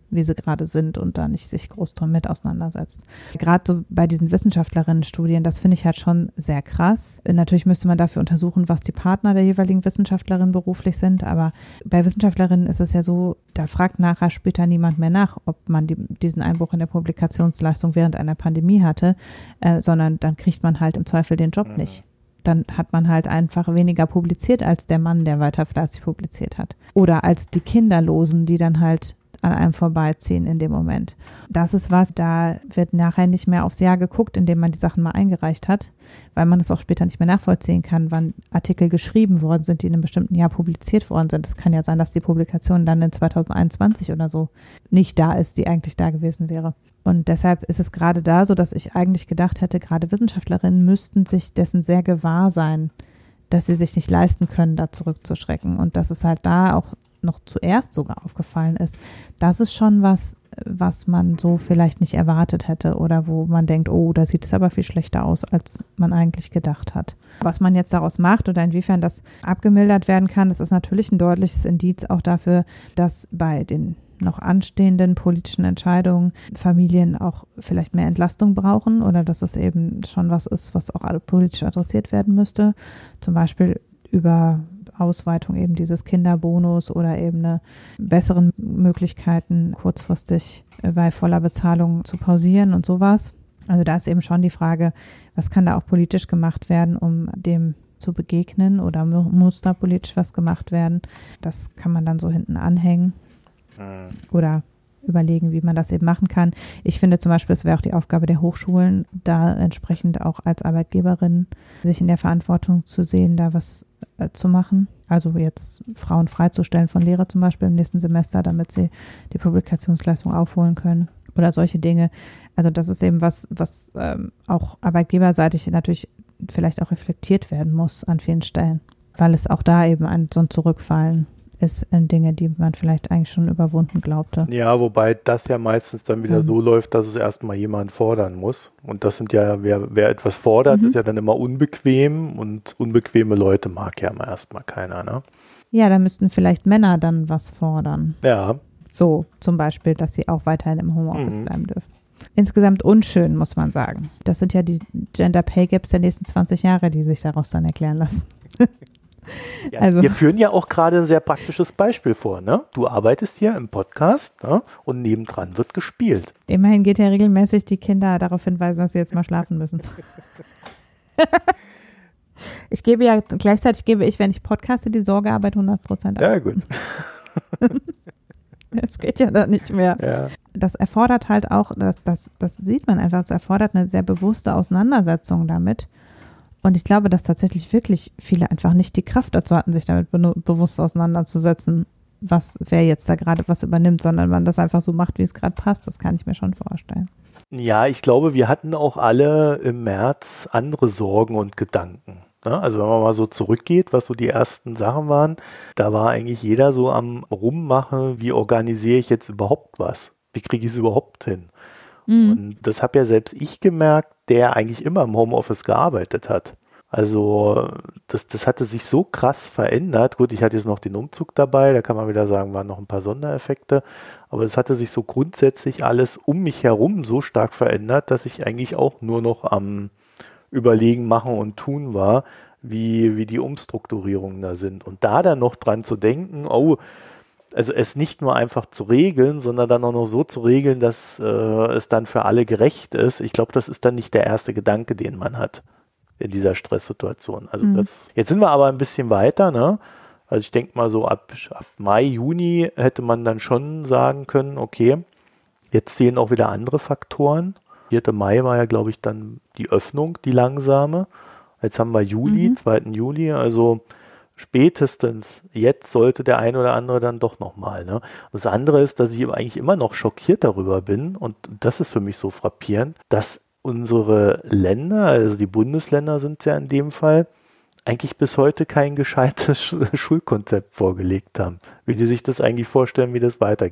wie sie gerade sind und da nicht sich groß drum mit auseinandersetzt. Gerade so bei diesen Wissenschaftlerinnen-Studien, das finde ich halt schon sehr krass. Natürlich müsste man dafür untersuchen, was die Partner der jeweiligen Wissenschaftlerin beruflich sind, aber bei Wissenschaftlerinnen ist es ja so, da fragt nachher später niemand mehr nach, ob man die, diesen Einbruch in der Publikationsleistung während einer Pandemie hatte, äh, sondern dann kriegt man halt im Zweifel den Job nicht. Dann hat man halt einfach weniger publiziert als der Mann, der weiter fleißig publiziert hat. Oder als die Kinderlosen, die dann halt an einem vorbeiziehen in dem Moment. Das ist was, da wird nachher nicht mehr aufs Jahr geguckt, indem man die Sachen mal eingereicht hat, weil man es auch später nicht mehr nachvollziehen kann, wann Artikel geschrieben worden sind, die in einem bestimmten Jahr publiziert worden sind. Es kann ja sein, dass die Publikation dann in zwanzig einundzwanzig oder so nicht da ist, die eigentlich da gewesen wäre. Und deshalb ist es gerade da so, dass ich eigentlich gedacht hätte, gerade Wissenschaftlerinnen müssten sich dessen sehr gewahr sein, dass sie sich nicht leisten können, da zurückzuschrecken. Und dass es halt da auch noch zuerst sogar aufgefallen ist. Das ist schon was, was man so vielleicht nicht erwartet hätte oder wo man denkt, oh, da sieht es aber viel schlechter aus, als man eigentlich gedacht hat. Was man jetzt daraus macht oder inwiefern das abgemildert werden kann, das ist natürlich ein deutliches Indiz auch dafür, dass bei den noch anstehenden politischen Entscheidungen Familien auch vielleicht mehr Entlastung brauchen oder dass es eben schon was ist, was auch politisch adressiert werden müsste. Zum Beispiel über Ausweitung eben dieses Kinderbonus oder eben eine besseren Möglichkeiten, kurzfristig bei voller Bezahlung zu pausieren und sowas. Also da ist eben schon die Frage, was kann da auch politisch gemacht werden, um dem zu begegnen oder muss da politisch was gemacht werden? Das kann man dann so hinten anhängen oder überlegen, wie man das eben machen kann. Ich finde zum Beispiel, es wäre auch die Aufgabe der Hochschulen, da entsprechend auch als Arbeitgeberin sich in der Verantwortung zu sehen, da was äh, zu machen. Also jetzt Frauen freizustellen von Lehre zum Beispiel im nächsten Semester, damit sie die Publikationsleistung aufholen können oder solche Dinge. Also das ist eben was, was ähm, auch arbeitgeberseitig natürlich vielleicht auch reflektiert werden muss an vielen Stellen, weil es auch da eben ein so ein Zurückfallen ist in Dinge, die man vielleicht eigentlich schon überwunden glaubte. Ja, wobei das ja meistens dann wieder mhm. so läuft, dass es erstmal jemand fordern muss. Und das sind ja, wer, wer etwas fordert, mhm. ist ja dann immer unbequem und unbequeme Leute mag ja immer erstmal keiner, ne? Ja, da müssten vielleicht Männer dann was fordern. Ja. So, zum Beispiel, dass sie auch weiterhin im Homeoffice mhm. bleiben dürfen. Insgesamt unschön, muss man sagen. Das sind ja die Gender Pay Gaps der nächsten zwanzig Jahre, die sich daraus dann erklären lassen. Ja, also. Wir führen ja auch gerade ein sehr praktisches Beispiel vor, ne? Du arbeitest hier im Podcast, ne? Und nebendran wird gespielt. Immerhin geht ja regelmäßig die Kinder darauf hinweisen, dass sie jetzt mal schlafen müssen. Ich gebe ja, gleichzeitig gebe ich, wenn ich podcaste, die Sorgearbeit hundert Prozent ab. Ja, gut. Das geht ja dann nicht mehr. Ja. Das erfordert halt auch, das, das, das sieht man einfach, es erfordert eine sehr bewusste Auseinandersetzung damit. Und ich glaube, dass tatsächlich wirklich viele einfach nicht die Kraft dazu hatten, sich damit be- bewusst auseinanderzusetzen, was wer jetzt da gerade was übernimmt, sondern man das einfach so macht, wie es gerade passt. Das kann ich mir schon vorstellen. Ja, ich glaube, wir hatten auch alle im März andere Sorgen und Gedanken. Ne? Also wenn man mal so zurückgeht, was so die ersten Sachen waren, da war eigentlich jeder so am Rummachen, wie organisiere ich jetzt überhaupt was? Wie kriege ich es überhaupt hin? Mhm. Und das habe ja selbst ich gemerkt, der eigentlich immer im Homeoffice gearbeitet hat. Also das, das hatte sich so krass verändert. Gut, ich hatte jetzt noch den Umzug dabei, da kann man wieder sagen, waren noch ein paar Sondereffekte. Aber es hatte sich so grundsätzlich alles um mich herum so stark verändert, dass ich eigentlich auch nur noch am Überlegen, Machen und Tun war, wie, wie die Umstrukturierungen da sind. Und da dann noch dran zu denken, oh, also es nicht nur einfach zu regeln, sondern dann auch noch so zu regeln, dass äh, es dann für alle gerecht ist. Ich glaube, das ist dann nicht der erste Gedanke, den man hat in dieser Stresssituation. Also mhm. das, jetzt sind wir aber ein bisschen weiter, ne? Also ich denke mal so ab, ab Mai, Juni hätte man dann schon sagen können, okay, jetzt zählen auch wieder andere Faktoren. vierter Mai war ja, glaube ich, dann die Öffnung, die langsame. Jetzt haben wir Juli, mhm. zweiten Juli, also spätestens jetzt sollte der eine oder andere dann doch nochmal. Ne? Das andere ist, dass ich eigentlich immer noch schockiert darüber bin, und das ist für mich so frappierend, dass unsere Länder, also die Bundesländer sind es ja in dem Fall, eigentlich bis heute kein gescheites Schulkonzept vorgelegt haben, wie die sich das eigentlich vorstellen, wie das weitergeht.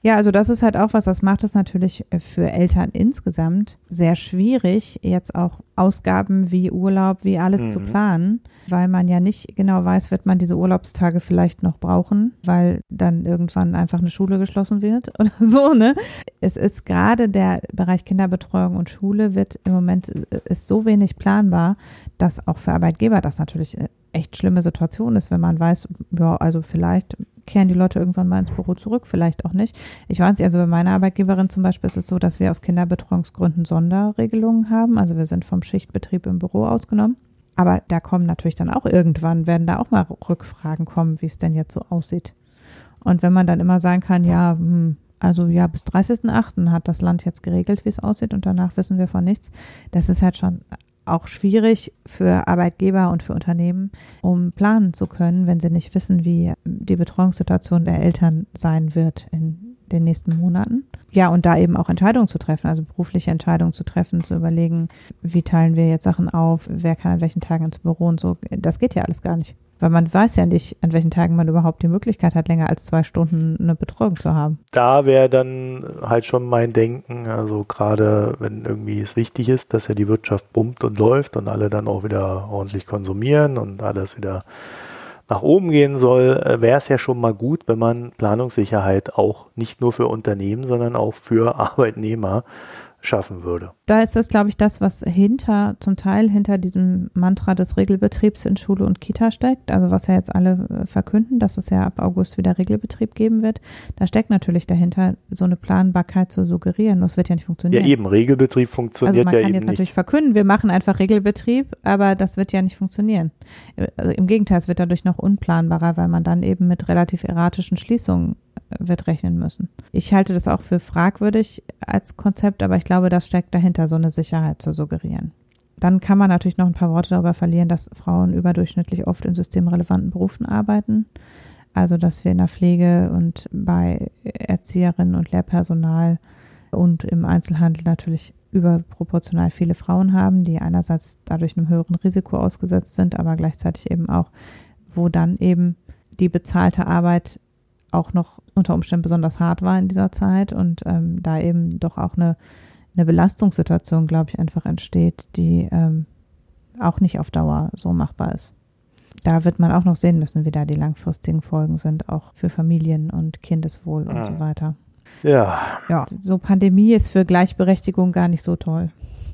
Ja, also das ist halt auch was, das macht es natürlich für Eltern insgesamt sehr schwierig, jetzt auch Ausgaben wie Urlaub, wie alles mhm. zu planen, weil man ja nicht genau weiß, wird man diese Urlaubstage vielleicht noch brauchen, weil dann irgendwann einfach eine Schule geschlossen wird oder so, ne? Es ist gerade der Bereich Kinderbetreuung und Schule wird im Moment ist so wenig planbar, dass auch für Arbeitgeber das natürlich echt schlimme Situation ist, wenn man weiß, ja, also vielleicht kehren die Leute irgendwann mal ins Büro zurück, vielleicht auch nicht. Ich weiß nicht, also bei meiner Arbeitgeberin zum Beispiel ist es so, dass wir aus Kinderbetreuungsgründen Sonderregelungen haben. Also wir sind vom Schichtbetrieb im Büro ausgenommen. Aber da kommen natürlich dann auch irgendwann, werden da auch mal Rückfragen kommen, wie es denn jetzt so aussieht. Und wenn man dann immer sagen kann, ja, also ja, bis dreißigsten achten hat das Land jetzt geregelt, wie es aussieht und danach wissen wir von nichts, das ist halt schon auch schwierig für Arbeitgeber und für Unternehmen, um planen zu können, wenn sie nicht wissen, wie die Betreuungssituation der Eltern sein wird in den nächsten Monaten. Ja, und da eben auch Entscheidungen zu treffen, also berufliche Entscheidungen zu treffen, zu überlegen, wie teilen wir jetzt Sachen auf, wer kann an welchen Tagen ins Büro und so. Das geht ja alles gar nicht. Weil man weiß ja nicht, an welchen Tagen man überhaupt die Möglichkeit hat, länger als zwei Stunden eine Betreuung zu haben. Da wäre dann halt schon mein Denken, also gerade wenn irgendwie es wichtig ist, dass ja die Wirtschaft bummt und läuft und alle dann auch wieder ordentlich konsumieren und alles wieder nach oben gehen soll, wäre es ja schon mal gut, wenn man Planungssicherheit auch nicht nur für Unternehmen, sondern auch für Arbeitnehmer schaffen würde. Da ist das, glaube ich, das, was hinter, zum Teil hinter diesem Mantra des Regelbetriebs in Schule und Kita steckt, also was ja jetzt alle äh, verkünden, dass es ja ab August wieder Regelbetrieb geben wird. Da steckt natürlich dahinter, so eine Planbarkeit zu suggerieren, das wird ja nicht funktionieren. Ja eben, Regelbetrieb funktioniert ja eben nicht. Also man kann jetzt natürlich verkünden, wir machen einfach Regelbetrieb, aber das wird ja nicht funktionieren. Also im Gegenteil, es wird dadurch noch unplanbarer, weil man dann eben mit relativ erratischen Schließungen wird rechnen müssen. Ich halte das auch für fragwürdig als Konzept, aber ich glaube, das steckt dahinter, so eine Sicherheit zu suggerieren. Dann kann man natürlich noch ein paar Worte darüber verlieren, dass Frauen überdurchschnittlich oft in systemrelevanten Berufen arbeiten. Also, dass wir in der Pflege und bei Erzieherinnen und Lehrpersonal und im Einzelhandel natürlich überproportional viele Frauen haben, die einerseits dadurch einem höheren Risiko ausgesetzt sind, aber gleichzeitig eben auch, wo dann eben die bezahlte Arbeit auch noch unter Umständen besonders hart war in dieser Zeit und ähm, da eben doch auch eine, eine Belastungssituation, glaube ich, einfach entsteht, die ähm, auch nicht auf Dauer so machbar ist. Da wird man auch noch sehen müssen, wie da die langfristigen Folgen sind, auch für Familien und Kindeswohl und ah. so weiter. Ja. Ja, so Pandemie ist für Gleichberechtigung gar nicht so toll.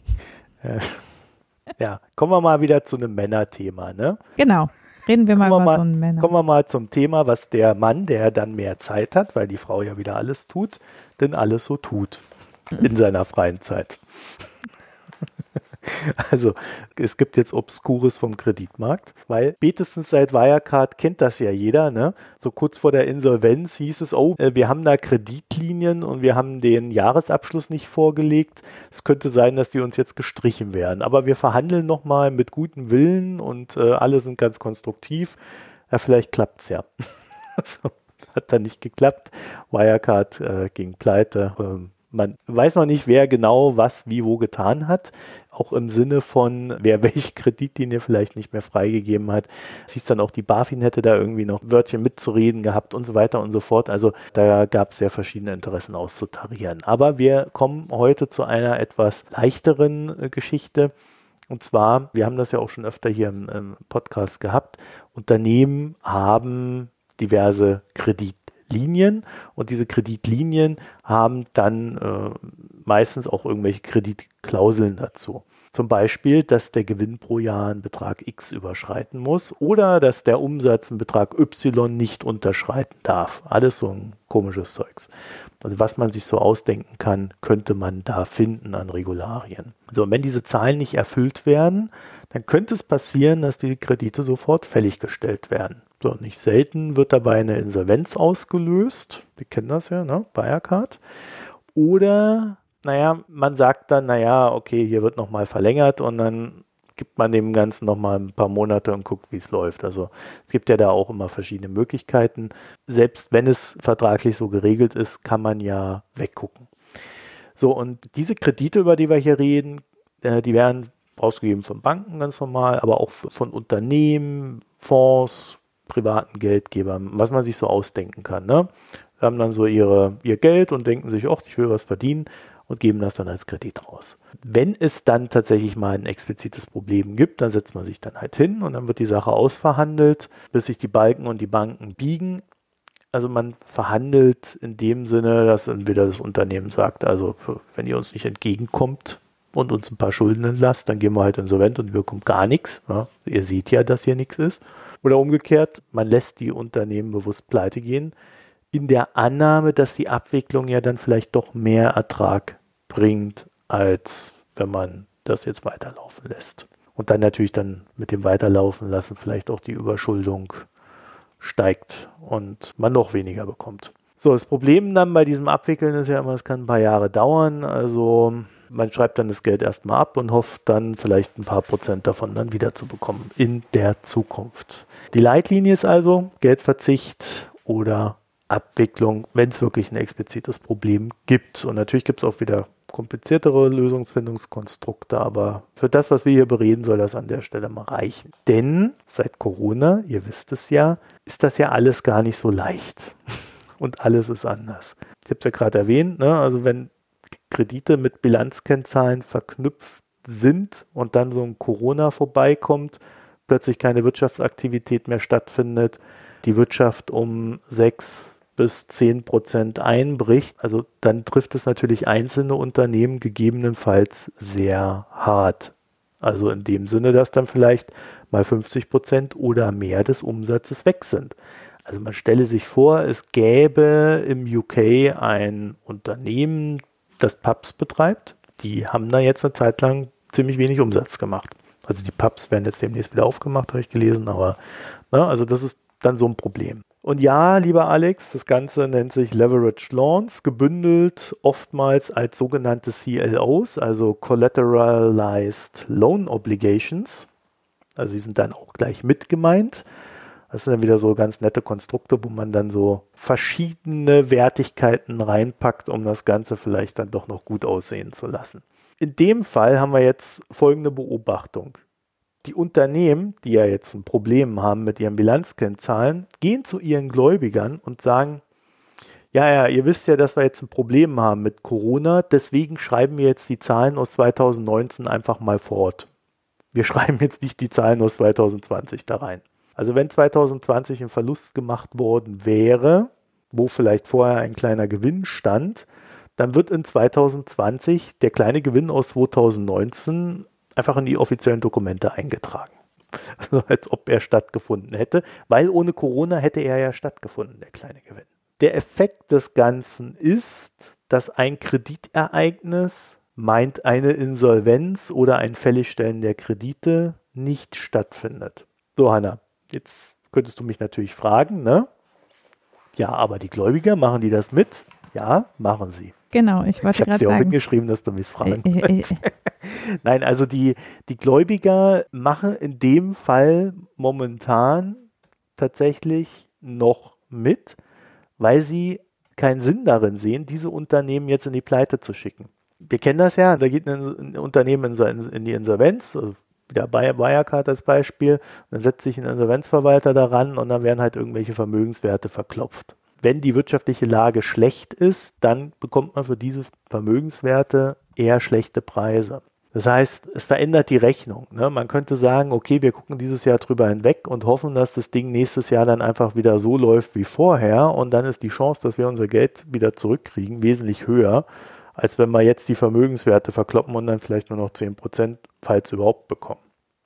Ja, kommen wir mal wieder zu einem Männerthema, ne? Genau. Reden wir mal kommen über wir so einen Männer. Kommen wir mal zum Thema, was der Mann, der dann mehr Zeit hat, weil die Frau ja wieder alles tut, denn alles so tut in seiner freien Zeit. Also es gibt jetzt Obskures vom Kreditmarkt, weil spätestens seit Wirecard kennt das ja jeder, ne? So kurz vor der Insolvenz hieß es, oh, wir haben da Kreditlinien und wir haben den Jahresabschluss nicht vorgelegt. Es könnte sein, dass die uns jetzt gestrichen werden, aber wir verhandeln nochmal mit gutem Willen und äh, alle sind ganz konstruktiv. Ja, vielleicht klappt's ja. Also, hat dann nicht geklappt. Wirecard äh, ging pleite. Ähm, Man weiß noch nicht, wer genau was wie wo getan hat, auch im Sinne von, wer welche Kreditlinie vielleicht nicht mehr freigegeben hat. Es hieß dann auch, die BaFin hätte da irgendwie noch Wörtchen mitzureden gehabt und so weiter und so fort. Also da gab es sehr verschiedene Interessen auszutarieren. Aber wir kommen heute zu einer etwas leichteren äh, Geschichte. Und zwar, wir haben das ja auch schon öfter hier im, im Podcast gehabt, Unternehmen haben diverse Kreditlinien. Linien und diese Kreditlinien haben dann äh, meistens auch irgendwelche Kreditklauseln dazu. Zum Beispiel, dass der Gewinn pro Jahr einen Betrag X überschreiten muss oder dass der Umsatz einen Betrag Y nicht unterschreiten darf. Alles so ein komisches Zeugs. Also was man sich so ausdenken kann, könnte man da finden an Regularien. So, und wenn diese Zahlen nicht erfüllt werden, dann könnte es passieren, dass die Kredite sofort fällig gestellt werden. So, nicht selten wird dabei eine Insolvenz ausgelöst. Wir kennen das ja, ne? Wirecard. Oder, naja, man sagt dann, naja, okay, hier wird nochmal verlängert und dann gibt man dem Ganzen nochmal ein paar Monate und guckt, wie es läuft. Also es gibt ja da auch immer verschiedene Möglichkeiten. Selbst wenn es vertraglich so geregelt ist, kann man ja weggucken. So, und diese Kredite, über die wir hier reden, äh, die werden ausgegeben von Banken ganz normal, aber auch von Unternehmen, Fonds, privaten Geldgebern, was man sich so ausdenken kann. Ne? haben dann so ihre, ihr Geld und denken sich, ach, ich will was verdienen und geben das dann als Kredit raus. Wenn es dann tatsächlich mal ein explizites Problem gibt, dann setzt man sich dann halt hin und dann wird die Sache ausverhandelt, bis sich die Balken und die Banken biegen. Also man verhandelt in dem Sinne, dass entweder das Unternehmen sagt, also für, wenn ihr uns nicht entgegenkommt und uns ein paar Schulden entlasst, dann gehen wir halt insolvent und wir bekommen gar nichts. Ja, ihr seht ja, dass hier nichts ist. Oder umgekehrt, man lässt die Unternehmen bewusst pleite gehen, in der Annahme, dass die Abwicklung ja dann vielleicht doch mehr Ertrag bringt, als wenn man das jetzt weiterlaufen lässt. Und dann natürlich dann mit dem Weiterlaufen lassen vielleicht auch die Überschuldung steigt und man noch weniger bekommt. So, das Problem dann bei diesem Abwickeln ist ja immer, es kann ein paar Jahre dauern. Also man schreibt dann das Geld erstmal ab und hofft dann vielleicht ein paar Prozent davon dann wieder zu bekommen in der Zukunft. Die Leitlinie ist also Geldverzicht oder Abwicklung, wenn es wirklich ein explizites Problem gibt. Und natürlich gibt es auch wieder kompliziertere Lösungsfindungskonstrukte, aber für das, was wir hier bereden, soll das an der Stelle mal reichen. Denn seit Corona, ihr wisst es ja, ist das ja alles gar nicht so leicht. Und alles ist anders. Ich habe es ja gerade erwähnt, ne? Also wenn Kredite mit Bilanzkennzahlen verknüpft sind und dann so ein Corona vorbeikommt, plötzlich keine Wirtschaftsaktivität mehr stattfindet, die Wirtschaft um sechs bis zehn Prozent einbricht, also dann trifft es natürlich einzelne Unternehmen gegebenenfalls sehr hart. Also in dem Sinne, dass dann vielleicht mal fünfzig Prozent oder mehr des Umsatzes weg sind. Also man stelle sich vor, es gäbe im U K ein Unternehmen, das Pubs betreibt. Die haben da jetzt eine Zeit lang ziemlich wenig Umsatz gemacht. Also die Pubs werden jetzt demnächst wieder aufgemacht, habe ich gelesen, aber na, also das ist dann so ein Problem. Und ja, lieber Alex, das Ganze nennt sich Leveraged Loans, gebündelt oftmals als sogenannte C L Os, also Collateralized Loan Obligations. Also die sind dann auch gleich mit gemeint. Das sind dann wieder so ganz nette Konstrukte, wo man dann so verschiedene Wertigkeiten reinpackt, um das Ganze vielleicht dann doch noch gut aussehen zu lassen. In dem Fall haben wir jetzt folgende Beobachtung. Die Unternehmen, die ja jetzt ein Problem haben mit ihren Bilanzkennzahlen, gehen zu ihren Gläubigern und sagen, ja, ja, ihr wisst ja, dass wir jetzt ein Problem haben mit Corona, deswegen schreiben wir jetzt die Zahlen aus zweitausendneunzehn einfach mal fort. Wir schreiben jetzt nicht die Zahlen aus zweitausendzwanzig da rein. Also wenn zweitausendzwanzig ein Verlust gemacht worden wäre, wo vielleicht vorher ein kleiner Gewinn stand, dann wird in zweitausendzwanzig der kleine Gewinn aus zweitausendneunzehn einfach in die offiziellen Dokumente eingetragen. Also als ob er stattgefunden hätte, weil ohne Corona hätte er ja stattgefunden, der kleine Gewinn. Der Effekt des Ganzen ist, dass ein Kreditereignis, meint eine Insolvenz oder ein Fälligstellen der Kredite, nicht stattfindet. So, Hanna, jetzt könntest du mich natürlich fragen, ne? Ja, aber die Gläubiger, machen die das mit? Ja, machen sie. Genau, ich wollte gerade sagen. Ich habe dir auch mitgeschrieben, dass du mich fragen ich, ich, ich. Nein, also die, die Gläubiger machen in dem Fall momentan tatsächlich noch mit, weil sie keinen Sinn darin sehen, diese Unternehmen jetzt in die Pleite zu schicken. Wir kennen das ja, da geht ein Unternehmen in, in die Insolvenz, also wieder Wirecard als Beispiel, dann setzt sich ein Insolvenzverwalter daran und dann werden halt irgendwelche Vermögenswerte verklopft. Wenn die wirtschaftliche Lage schlecht ist, dann bekommt man für diese Vermögenswerte eher schlechte Preise. Das heißt, es verändert die Rechnung. Ne? Man könnte sagen, okay, wir gucken dieses Jahr drüber hinweg und hoffen, dass das Ding nächstes Jahr dann einfach wieder so läuft wie vorher und dann ist die Chance, dass wir unser Geld wieder zurückkriegen, wesentlich höher, als wenn wir jetzt die Vermögenswerte verkloppen und dann vielleicht nur noch zehn Prozent, falls überhaupt, bekommen.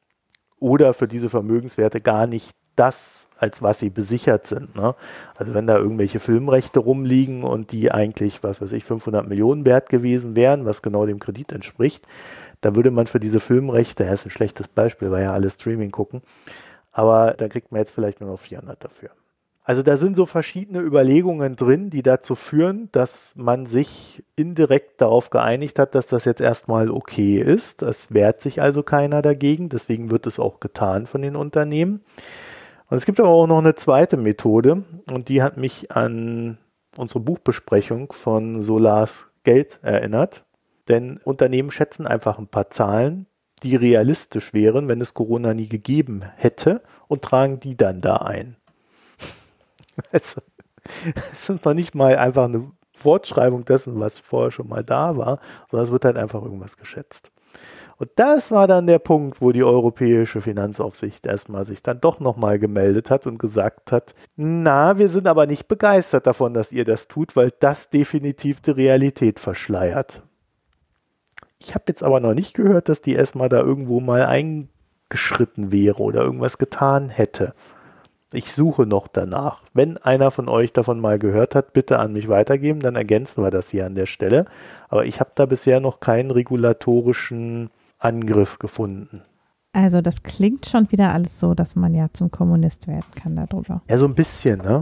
Oder für diese Vermögenswerte gar nicht das, als was sie besichert sind. Ne? Also wenn da irgendwelche Filmrechte rumliegen und die eigentlich, was weiß ich, fünfhundert Millionen wert gewesen wären, was genau dem Kredit entspricht, dann würde man für diese Filmrechte, das ist ein schlechtes Beispiel, weil ja alle Streaming gucken, aber dann kriegt man jetzt vielleicht nur noch vierhundert dafür. Also da sind so verschiedene Überlegungen drin, die dazu führen, dass man sich indirekt darauf geeinigt hat, dass das jetzt erstmal okay ist. Es wehrt sich also keiner dagegen, deswegen wird es auch getan von den Unternehmen. Und es gibt aber auch noch eine zweite Methode und die hat mich an unsere Buchbesprechung von Solars Geld erinnert. Denn Unternehmen schätzen einfach ein paar Zahlen, die realistisch wären, wenn es Corona nie gegeben hätte und tragen die dann da ein. Also, Es ist noch nicht mal einfach eine Fortschreibung dessen, was vorher schon mal da war, sondern es wird halt einfach irgendwas geschätzt. Und das war dann der Punkt, wo die Europäische Finanzaufsicht erstmal sich dann doch nochmal gemeldet hat und gesagt hat, na, wir sind aber nicht begeistert davon, dass ihr das tut, weil das definitiv die Realität verschleiert. Ich habe jetzt aber noch nicht gehört, dass die ESMA da irgendwo mal eingeschritten wäre oder irgendwas getan hätte. Ich suche noch danach. Wenn einer von euch davon mal gehört hat, bitte an mich weitergeben, dann ergänzen wir das hier an der Stelle. Aber ich habe da bisher noch keinen regulatorischen Angriff gefunden. Also das klingt schon wieder alles so, dass man ja zum Kommunist werden kann darüber. Ja, so ein bisschen, ne?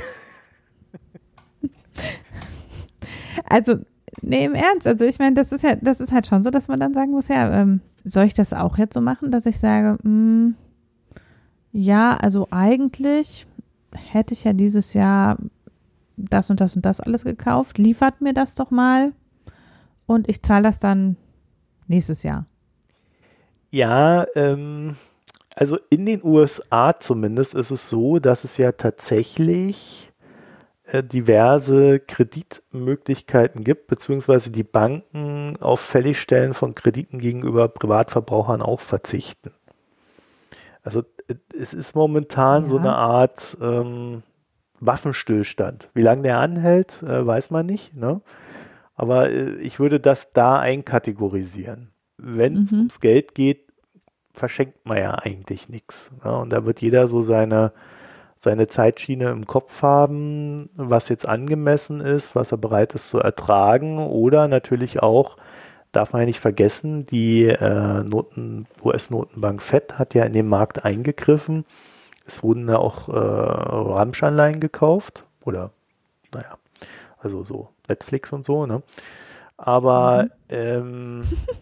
Also, nee, im Ernst. Also ich meine, das ist ja, das ist halt schon so, dass man dann sagen muss, ja, ähm, soll ich das auch jetzt so machen, dass ich sage, mh, ja, also eigentlich hätte ich ja dieses Jahr das und das und das alles gekauft, liefert mir das doch mal und ich zahle das dann nächstes Jahr. Ja, ähm, also in den U S A zumindest ist es so, dass es ja tatsächlich äh, diverse Kreditmöglichkeiten gibt, beziehungsweise die Banken auf Fälligstellen von Krediten gegenüber Privatverbrauchern auch verzichten. Also es ist momentan Ja. so eine Art ähm, Waffenstillstand. Wie lange der anhält, äh, weiß man nicht, ne? Aber äh, ich würde das da einkategorisieren. Wenn es Mhm. ums Geld geht, verschenkt man ja eigentlich nichts. Ne? Und da wird jeder so seine, seine Zeitschiene im Kopf haben, was jetzt angemessen ist, was er bereit ist zu ertragen oder natürlich auch, darf man ja nicht vergessen, die äh, Noten, U S-Notenbank Fed hat ja in den Markt eingegriffen. Es wurden da auch äh, Ramsch-Anleihen gekauft oder, naja, also so Netflix und so, ne? Aber Mhm. ähm,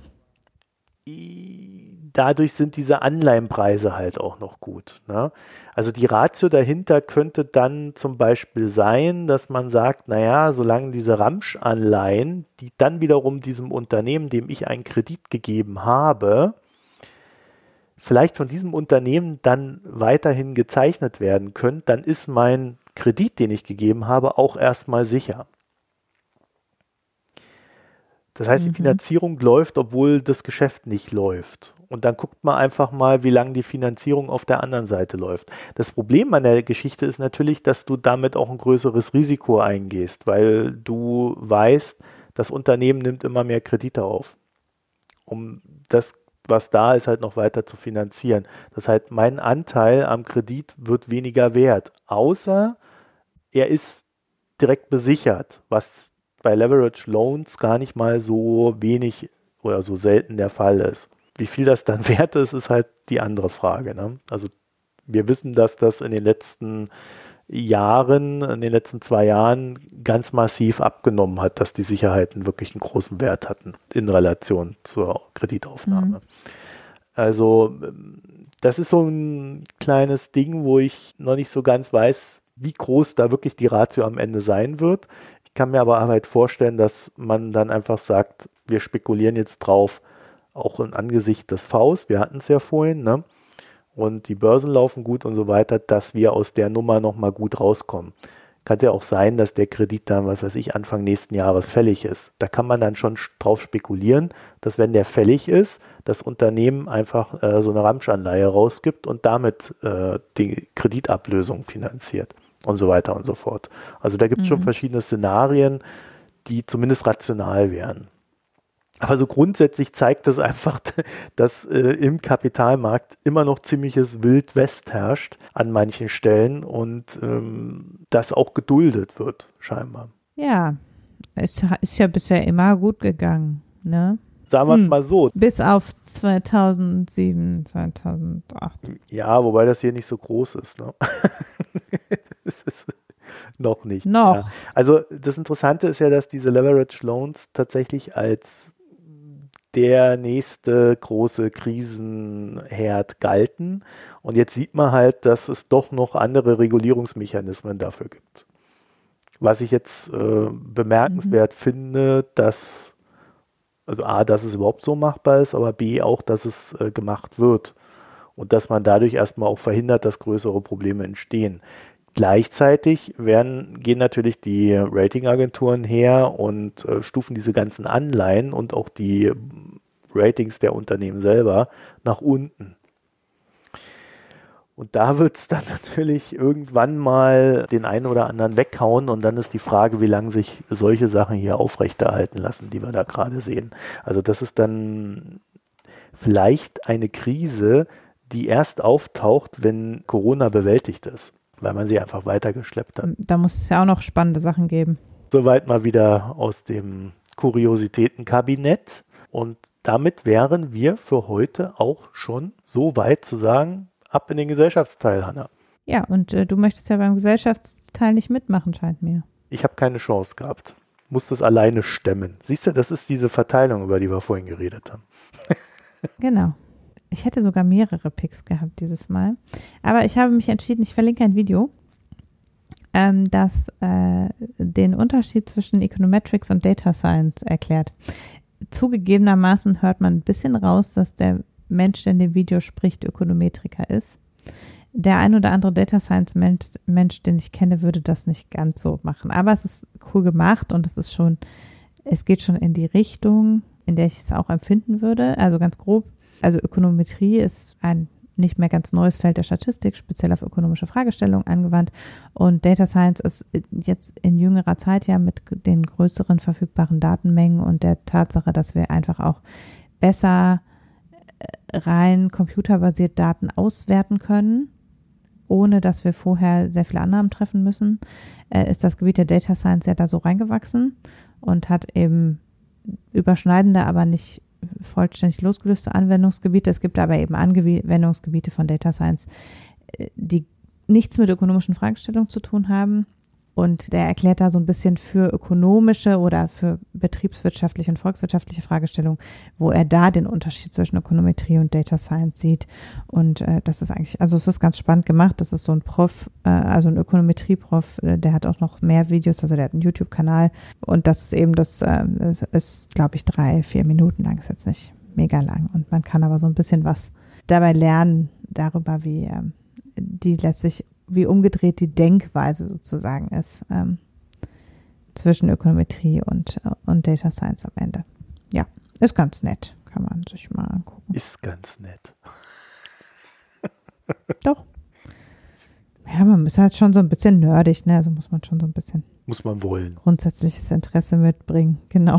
dadurch sind diese Anleihenpreise halt auch noch gut, ne? Also die Ratio dahinter könnte dann zum Beispiel sein, dass man sagt, naja, solange diese Ramsch-Anleihen, die dann wiederum diesem Unternehmen, dem ich einen Kredit gegeben habe, vielleicht von diesem Unternehmen dann weiterhin gezeichnet werden können, dann ist mein Kredit, den ich gegeben habe, auch erstmal sicher. Das heißt, die Mhm. Finanzierung läuft, obwohl das Geschäft nicht läuft. Und dann guckt man einfach mal, wie lange die Finanzierung auf der anderen Seite läuft. Das Problem an der Geschichte ist natürlich, dass du damit auch ein größeres Risiko eingehst, weil du weißt, das Unternehmen nimmt immer mehr Kredite auf, um das, was da ist, halt noch weiter zu finanzieren. Das heißt, mein Anteil am Kredit wird weniger wert, außer er ist direkt besichert, was bei Leverage Loans gar nicht mal so wenig oder so selten der Fall ist. Wie viel das dann wert ist, ist halt die andere Frage, ne? Also wir wissen, dass das in den letzten Jahren, in den letzten zwei Jahren ganz massiv abgenommen hat, dass die Sicherheiten wirklich einen großen Wert hatten in Relation zur Kreditaufnahme. Mhm. Also das ist so ein kleines Ding, wo ich noch nicht so ganz weiß, wie groß da wirklich die Ratio am Ende sein wird. Ich kann mir aber halt vorstellen, dass man dann einfach sagt, wir spekulieren jetzt drauf, auch im Angesicht des Vs, wir hatten es ja vorhin, ne? Und die Börsen laufen gut und so weiter, dass wir aus der Nummer nochmal gut rauskommen. Kann ja auch sein, dass der Kredit dann, was weiß ich, Anfang nächsten Jahres fällig ist. Da kann man dann schon drauf spekulieren, dass wenn der fällig ist, das Unternehmen einfach äh, so eine Ramsch-Anleihe rausgibt und damit äh, die Kreditablösung finanziert und so weiter und so fort. Also da gibt es Mhm. schon verschiedene Szenarien, die zumindest rational wären. Aber so grundsätzlich zeigt das einfach, dass äh, im Kapitalmarkt immer noch ziemliches Wild West herrscht an manchen Stellen und ähm, das auch geduldet wird, scheinbar. Ja, es ha- ist ja bisher immer gut gegangen, ne? Sagen wir es Hm. mal so. Bis auf zweitausendsieben, zweitausendacht. Ja, wobei das hier nicht so groß ist. Ne? Das ist noch nicht. Noch. Ja. Also das Interessante ist ja, dass diese Leverage Loans tatsächlich als der nächste große Krisenherd galten. Und jetzt sieht man halt, dass es doch noch andere Regulierungsmechanismen dafür gibt. Was ich jetzt äh, bemerkenswert mhm. finde, dass, also A, dass es überhaupt so machbar ist, aber B, auch, dass es äh, gemacht wird. Und dass man dadurch erstmal auch verhindert, dass größere Probleme entstehen. Gleichzeitig werden, gehen natürlich die Ratingagenturen her und äh, stufen diese ganzen Anleihen und auch die Ratings der Unternehmen selber nach unten. Und da wird es dann natürlich irgendwann mal den einen oder anderen weghauen und dann ist die Frage, wie lange sich solche Sachen hier aufrechterhalten lassen, die wir da gerade sehen. Also das ist dann vielleicht eine Krise, die erst auftaucht, wenn Corona bewältigt ist, weil man sie einfach weitergeschleppt hat. Da muss es ja auch noch spannende Sachen geben. Soweit mal wieder aus dem Kuriositätenkabinett. Und damit wären wir für heute auch schon so weit zu sagen, ab in den Gesellschaftsteil, Hanna. Ja, und äh, du möchtest ja beim Gesellschaftsteil nicht mitmachen, scheint mir. Ich habe keine Chance gehabt. Muss das alleine stemmen. Siehst du, das ist diese Verteilung, über die wir vorhin geredet haben. Genau. Ich hätte sogar mehrere Picks gehabt dieses Mal. Aber ich habe mich entschieden, ich verlinke ein Video, ähm, das äh, den Unterschied zwischen Econometrics und Data Science erklärt. Zugegebenermaßen hört man ein bisschen raus, dass der Mensch, der in dem Video spricht, Ökonometriker ist. Der ein oder andere Data Science Mensch, Mensch, den ich kenne, würde das nicht ganz so machen. Aber es ist cool gemacht und es ist schon, es geht schon in die Richtung, in der ich es auch empfinden würde. Also ganz grob. Also Ökonometrie ist ein nicht mehr ganz neues Feld der Statistik, speziell auf ökonomische Fragestellungen angewandt. Und Data Science ist jetzt in jüngerer Zeit ja mit den größeren verfügbaren Datenmengen und der Tatsache, dass wir einfach auch besser rein computerbasiert Daten auswerten können, ohne dass wir vorher sehr viele Annahmen treffen müssen, äh, ist das Gebiet der Data Science ja da so reingewachsen und hat eben überschneidende, aber nicht vollständig losgelöste Anwendungsgebiete. Es gibt aber eben Anwendungsgebiete von Data Science, die nichts mit ökonomischen Fragestellungen zu tun haben. Und der erklärt da so ein bisschen für ökonomische oder für betriebswirtschaftliche und volkswirtschaftliche Fragestellungen, wo er da den Unterschied zwischen Ökonometrie und Data Science sieht. Und äh, das ist eigentlich, also es ist ganz spannend gemacht. Das ist so ein Prof, äh, also ein Ökonometrie-Prof, äh, der hat auch noch mehr Videos, also der hat einen YouTube-Kanal. Und das ist eben das, äh, das ist, glaube ich, drei, vier Minuten lang, ist jetzt nicht mega lang. Und man kann aber so ein bisschen was dabei lernen, darüber, wie äh, die letztlich wie umgedreht die Denkweise sozusagen ist ähm, zwischen Ökonometrie und, und Data Science am Ende. Ja, ist ganz nett. Kann man sich mal angucken. Ist ganz nett. Doch. Ja, man ist halt schon so ein bisschen nerdig, ne? Also muss man schon so ein bisschen muss man wollen. Grundsätzliches Interesse mitbringen. Genau.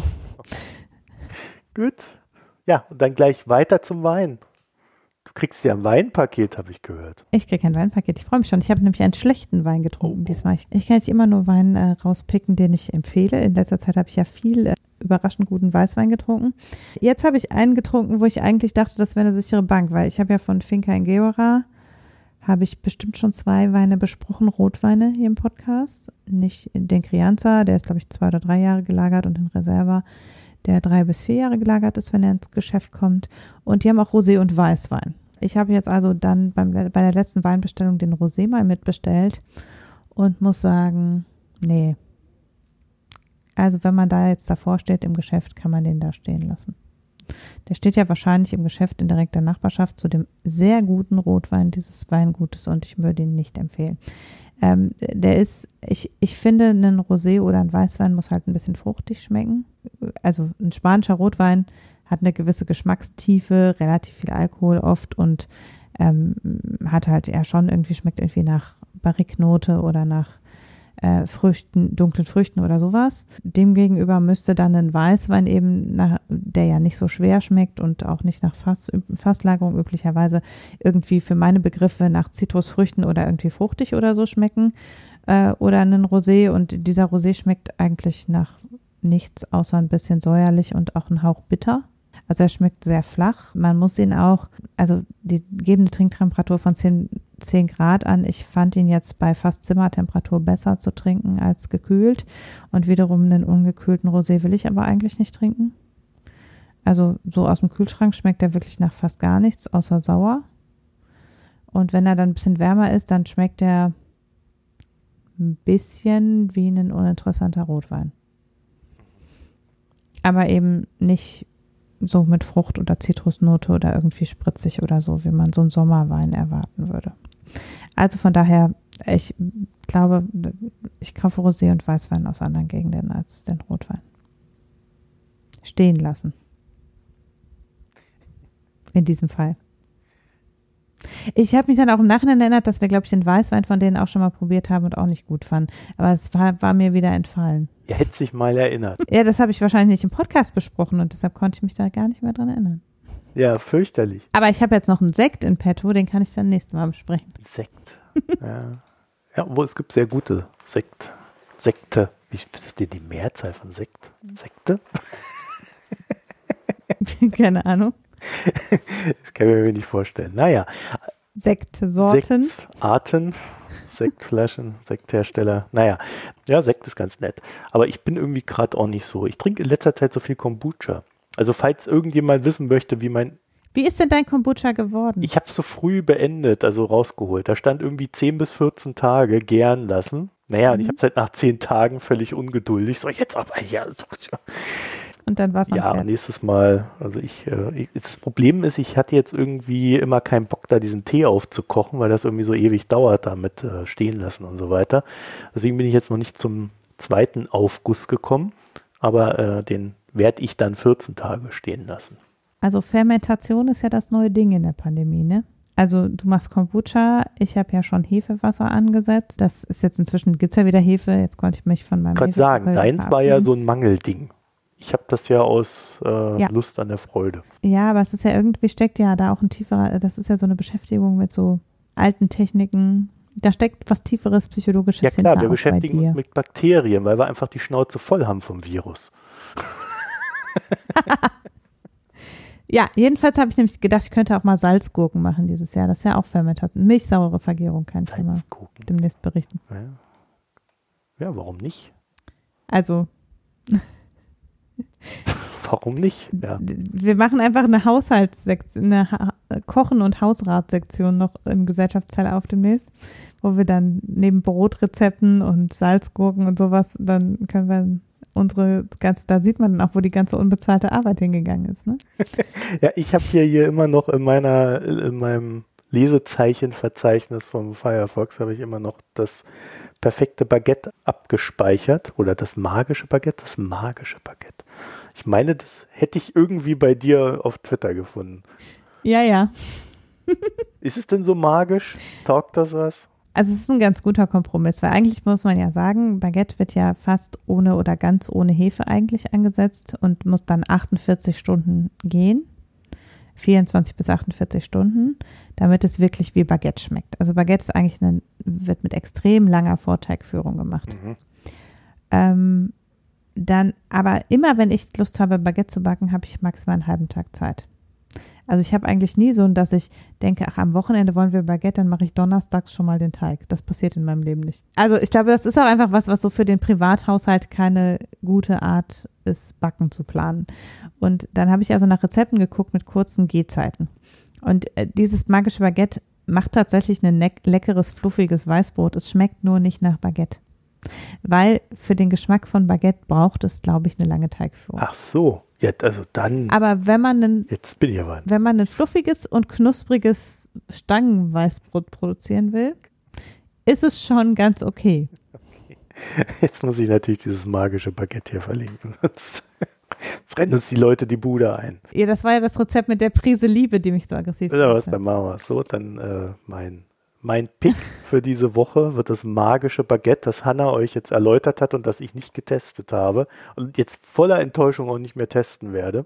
Gut. Ja, und dann gleich weiter zum Wein. Du kriegst ja ein Weinpaket, habe ich gehört. Ich kriege ein Weinpaket. Ich freue mich schon. Ich habe nämlich einen schlechten Wein getrunken oh, oh. diesmal. Ich, ich kann nicht immer nur Wein äh, rauspicken, den ich empfehle. In letzter Zeit habe ich ja viel äh, überraschend guten Weißwein getrunken. Jetzt habe ich einen getrunken, wo ich eigentlich dachte, das wäre eine sichere Bank, weil ich habe ja von Finca in Geora habe ich bestimmt schon zwei Weine besprochen, Rotweine hier im Podcast. Nicht den Crianza, der ist glaube ich zwei oder drei Jahre gelagert und den Reserva, der drei bis vier Jahre gelagert ist, wenn er ins Geschäft kommt. Und die haben auch Rosé und Weißwein. Ich habe jetzt also dann beim, bei der letzten Weinbestellung den Rosé mal mitbestellt und muss sagen, nee. Also wenn man da jetzt davor steht im Geschäft, kann man den da stehen lassen. Der steht ja wahrscheinlich im Geschäft in direkter Nachbarschaft zu dem sehr guten Rotwein dieses Weingutes und ich würde ihn nicht empfehlen. Ähm, der ist, ich, ich finde, ein Rosé oder ein Weißwein muss halt ein bisschen fruchtig schmecken. Also ein spanischer Rotwein hat eine gewisse Geschmackstiefe, relativ viel Alkohol oft und ähm, hat halt ja schon irgendwie, schmeckt irgendwie nach Barriknote oder nach äh, Früchten, dunklen Früchten oder sowas. Demgegenüber müsste dann ein Weißwein eben, nach, der ja nicht so schwer schmeckt und auch nicht nach Fass, Fasslagerung üblicherweise irgendwie für meine Begriffe nach Zitrusfrüchten oder irgendwie fruchtig oder so schmecken. Äh, oder einen Rosé und dieser Rosé schmeckt eigentlich nach nichts außer ein bisschen säuerlich und auch ein Hauch bitter. Also er schmeckt sehr flach. Man muss ihn auch, also die gebende Trinktemperatur von zehn, zehn Grad an. Ich fand ihn jetzt bei fast Zimmertemperatur besser zu trinken als gekühlt. Und wiederum einen ungekühlten Rosé will ich aber eigentlich nicht trinken. Also so aus dem Kühlschrank schmeckt er wirklich nach fast gar nichts, außer sauer. Und wenn er dann ein bisschen wärmer ist, dann schmeckt er ein bisschen wie ein uninteressanter Rotwein. Aber eben nicht so mit Frucht oder Zitrusnote oder irgendwie spritzig oder so, wie man so einen Sommerwein erwarten würde. Also von daher Ich glaube, ich kaufe Rosé und Weißwein aus anderen Gegenden als den Rotwein. Stehen lassen. In diesem Fall. Ich habe mich dann auch im Nachhinein erinnert, dass wir, glaube ich, den Weißwein von denen auch schon mal probiert haben und auch nicht gut fanden. Aber es war, war mir wieder entfallen. Ihr hättet sich mal erinnert. Ja, das habe ich wahrscheinlich nicht im Podcast besprochen und deshalb konnte ich mich da gar nicht mehr dran erinnern. Ja, fürchterlich. Aber ich habe jetzt noch einen Sekt in petto, den kann ich dann nächstes Mal besprechen. Sekt. Ja. Ja, obwohl es gibt sehr gute Sekt. Sekte. Wie ist denn die Mehrzahl von Sekt? Sekte? Keine Ahnung. Das kann ich mir nicht vorstellen. Naja. Sektsorten. Sektarten, Sektflaschen, Sekthersteller. Naja, ja, Sekt ist ganz nett. Aber ich bin irgendwie gerade auch nicht so. Ich trinke in letzter Zeit so viel Kombucha. Also falls irgendjemand wissen möchte, wie mein... Wie ist denn dein Kombucha geworden? Ich habe es so früh beendet, also rausgeholt. Da stand irgendwie zehn bis vierzehn Tage gären lassen. Naja, mhm. und ich habe es halt nach zehn Tagen völlig ungeduldig. So, jetzt aber, ja. So, und dann war es Ja, nächstes Mal. Also ich, äh, ich, das Problem ist, ich hatte jetzt irgendwie immer keinen Bock, da diesen Tee aufzukochen, weil das irgendwie so ewig dauert, damit äh, stehen lassen und so weiter. Deswegen bin ich jetzt noch nicht zum zweiten Aufguss gekommen, aber äh, den werde ich dann vierzehn Tage stehen lassen. Also Fermentation ist ja das neue Ding in der Pandemie, ne? Also du machst Kombucha, ich habe ja schon Hefewasser angesetzt. Das ist jetzt inzwischen, gibt es ja wieder Hefe, jetzt konnte ich mich von meinem Ich kann sagen, deins war ja so ein Mangelding. Ich habe das ja aus äh, ja. Lust an der Freude. Ja, aber es ist ja irgendwie, steckt ja da auch ein tieferer, das ist ja so eine Beschäftigung mit so alten Techniken. Da steckt was tieferes psychologisches hinter. Ja klar, wir auch beschäftigen uns mit Bakterien, weil wir einfach die Schnauze voll haben vom Virus. Ja, jedenfalls habe ich nämlich gedacht, ich könnte auch mal Salzgurken machen dieses Jahr. Das ist ja auch Fermentation. Milchsaure Vergärung, kein Thema. Salzgurken. Demnächst berichten. Ja. ja, warum nicht? Also... Warum nicht? Ja. Wir machen einfach eine Haushaltssektion, eine ha- Kochen- und Hausratsektion noch im Gesellschaftsteil auf demnächst, wo wir dann neben Brotrezepten und Salzgurken und sowas, dann können wir unsere ganze, da sieht man dann auch, wo die ganze unbezahlte Arbeit hingegangen ist. Ne? Ja, ich habe hier, hier immer noch in meiner, in meinem Lesezeichenverzeichnis vom Firefox habe ich immer noch das perfekte Baguette abgespeichert oder das magische Baguette, das magische Baguette. Ich meine, das hätte ich irgendwie bei dir auf Twitter gefunden. Ja, ja. Ist es denn so magisch? Taugt das was? Also es ist ein ganz guter Kompromiss, weil eigentlich muss man ja sagen, Baguette wird ja fast ohne oder ganz ohne Hefe eigentlich angesetzt und muss dann achtundvierzig Stunden gehen. vierundzwanzig bis achtundvierzig Stunden, damit es wirklich wie Baguette schmeckt. Also Baguette ist eigentlich eine, wird mit extrem langer Vorteigführung gemacht. Mhm. Ähm, dann, aber immer wenn ich Lust habe, Baguette zu backen, habe ich maximal einen halben Tag Zeit. Also ich habe eigentlich nie so, dass ich denke, ach, am Wochenende wollen wir Baguette, dann mache ich donnerstags schon mal den Teig. Das passiert in meinem Leben nicht. Also ich glaube, das ist auch einfach was, was so für den Privathaushalt keine gute Art ist, Backen zu planen. Und dann habe ich also nach Rezepten geguckt mit kurzen Gehzeiten. Und äh, dieses magische Baguette macht tatsächlich ein ne- leckeres, fluffiges Weißbrot. Es schmeckt nur nicht nach Baguette. Weil für den Geschmack von Baguette braucht es, glaube ich, eine lange Teigführung. Ach so. Ja, also dann. Aber wenn man ein, jetzt bin ich aber. Wenn man ein fluffiges und knuspriges Stangenweißbrot produzieren will, ist es schon ganz okay. okay. Jetzt muss ich natürlich dieses magische Baguette hier verlinken. Jetzt rennen uns die Leute die Bude ein. Ja, das war ja das Rezept mit der Prise Liebe, die mich so aggressiv macht. Ja, was, dann machen wir es so. Dann äh, mein, mein Pick für diese Woche wird das magische Baguette, das Hanna euch jetzt erläutert hat und das ich nicht getestet habe und jetzt voller Enttäuschung auch nicht mehr testen werde.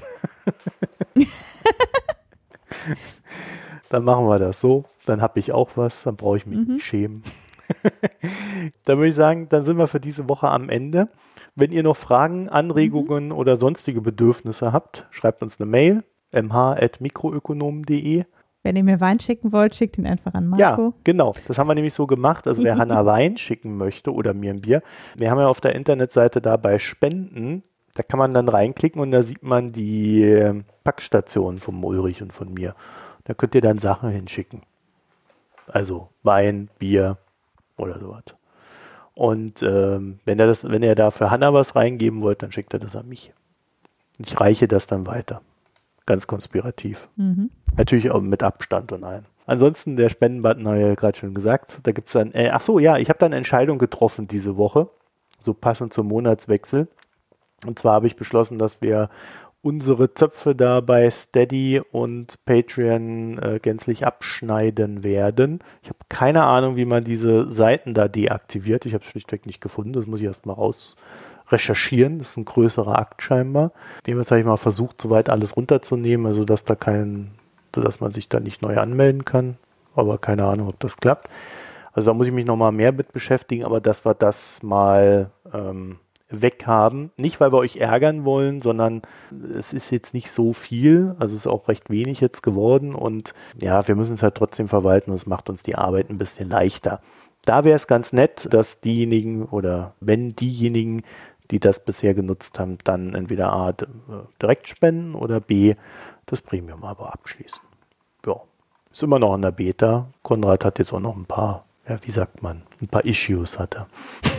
Dann machen wir das so. Dann habe ich auch was, dann brauche ich mich mhm. nicht schämen. Dann würde ich sagen, dann sind wir für diese Woche am Ende. Wenn ihr noch Fragen, Anregungen mhm. oder sonstige Bedürfnisse habt, schreibt uns eine Mail, m h at mikroökonomen punkt d e. Wenn ihr mir Wein schicken wollt, schickt ihn einfach an Marco. Ja, genau. Das haben wir nämlich so gemacht. Also wer Hanna Wein schicken möchte oder mir ein Bier, wir haben ja auf der Internetseite da bei Spenden, da kann man dann reinklicken und da sieht man die Packstation vom Ulrich und von mir. Da könnt ihr dann Sachen hinschicken. Also Wein, Bier oder sowas. Und ähm, wenn ihr das, wenn ihr da für Hanna was reingeben wollt, dann schickt ihr das an mich. Ich reiche das dann weiter. Ganz konspirativ. Mhm. Natürlich auch mit Abstand und allem. Ansonsten, der Spendenbutton habe ich ja gerade schon gesagt. Da gibt es dann, äh, ach so, ja, ich habe dann eine Entscheidung getroffen diese Woche, so passend zum Monatswechsel. Und zwar habe ich beschlossen, dass wir unsere Zöpfe da bei Steady und Patreon äh, gänzlich abschneiden werden. Ich habe keine Ahnung, wie man diese Seiten da deaktiviert. Ich habe es schlichtweg nicht gefunden. Das muss ich erst mal raus recherchieren. Das ist ein größerer Akt scheinbar. Jedenfalls habe ich mal versucht, soweit alles runterzunehmen, also dass da kein, dass man sich da nicht neu anmelden kann. Aber keine Ahnung, ob das klappt. Also da muss ich mich nochmal mehr mit beschäftigen, aber dass wir das mal ähm, weghaben. Nicht, weil wir euch ärgern wollen, sondern es ist jetzt nicht so viel. Also es ist auch recht wenig jetzt geworden und ja, wir müssen es halt trotzdem verwalten und es macht uns die Arbeit ein bisschen leichter. Da wäre es ganz nett, dass diejenigen oder wenn diejenigen, die das bisher genutzt haben, dann entweder A, direkt spenden oder B, das Premium-Abo abschließen. Ja, ist immer noch in der Beta. Konrad hat jetzt auch noch ein paar, ja, wie sagt man, ein paar Issues hat er.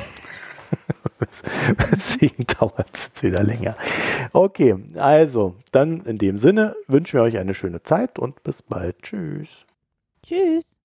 Deswegen dauert es jetzt wieder länger. Okay, also, dann in dem Sinne wünschen wir euch eine schöne Zeit und bis bald. Tschüss. Tschüss.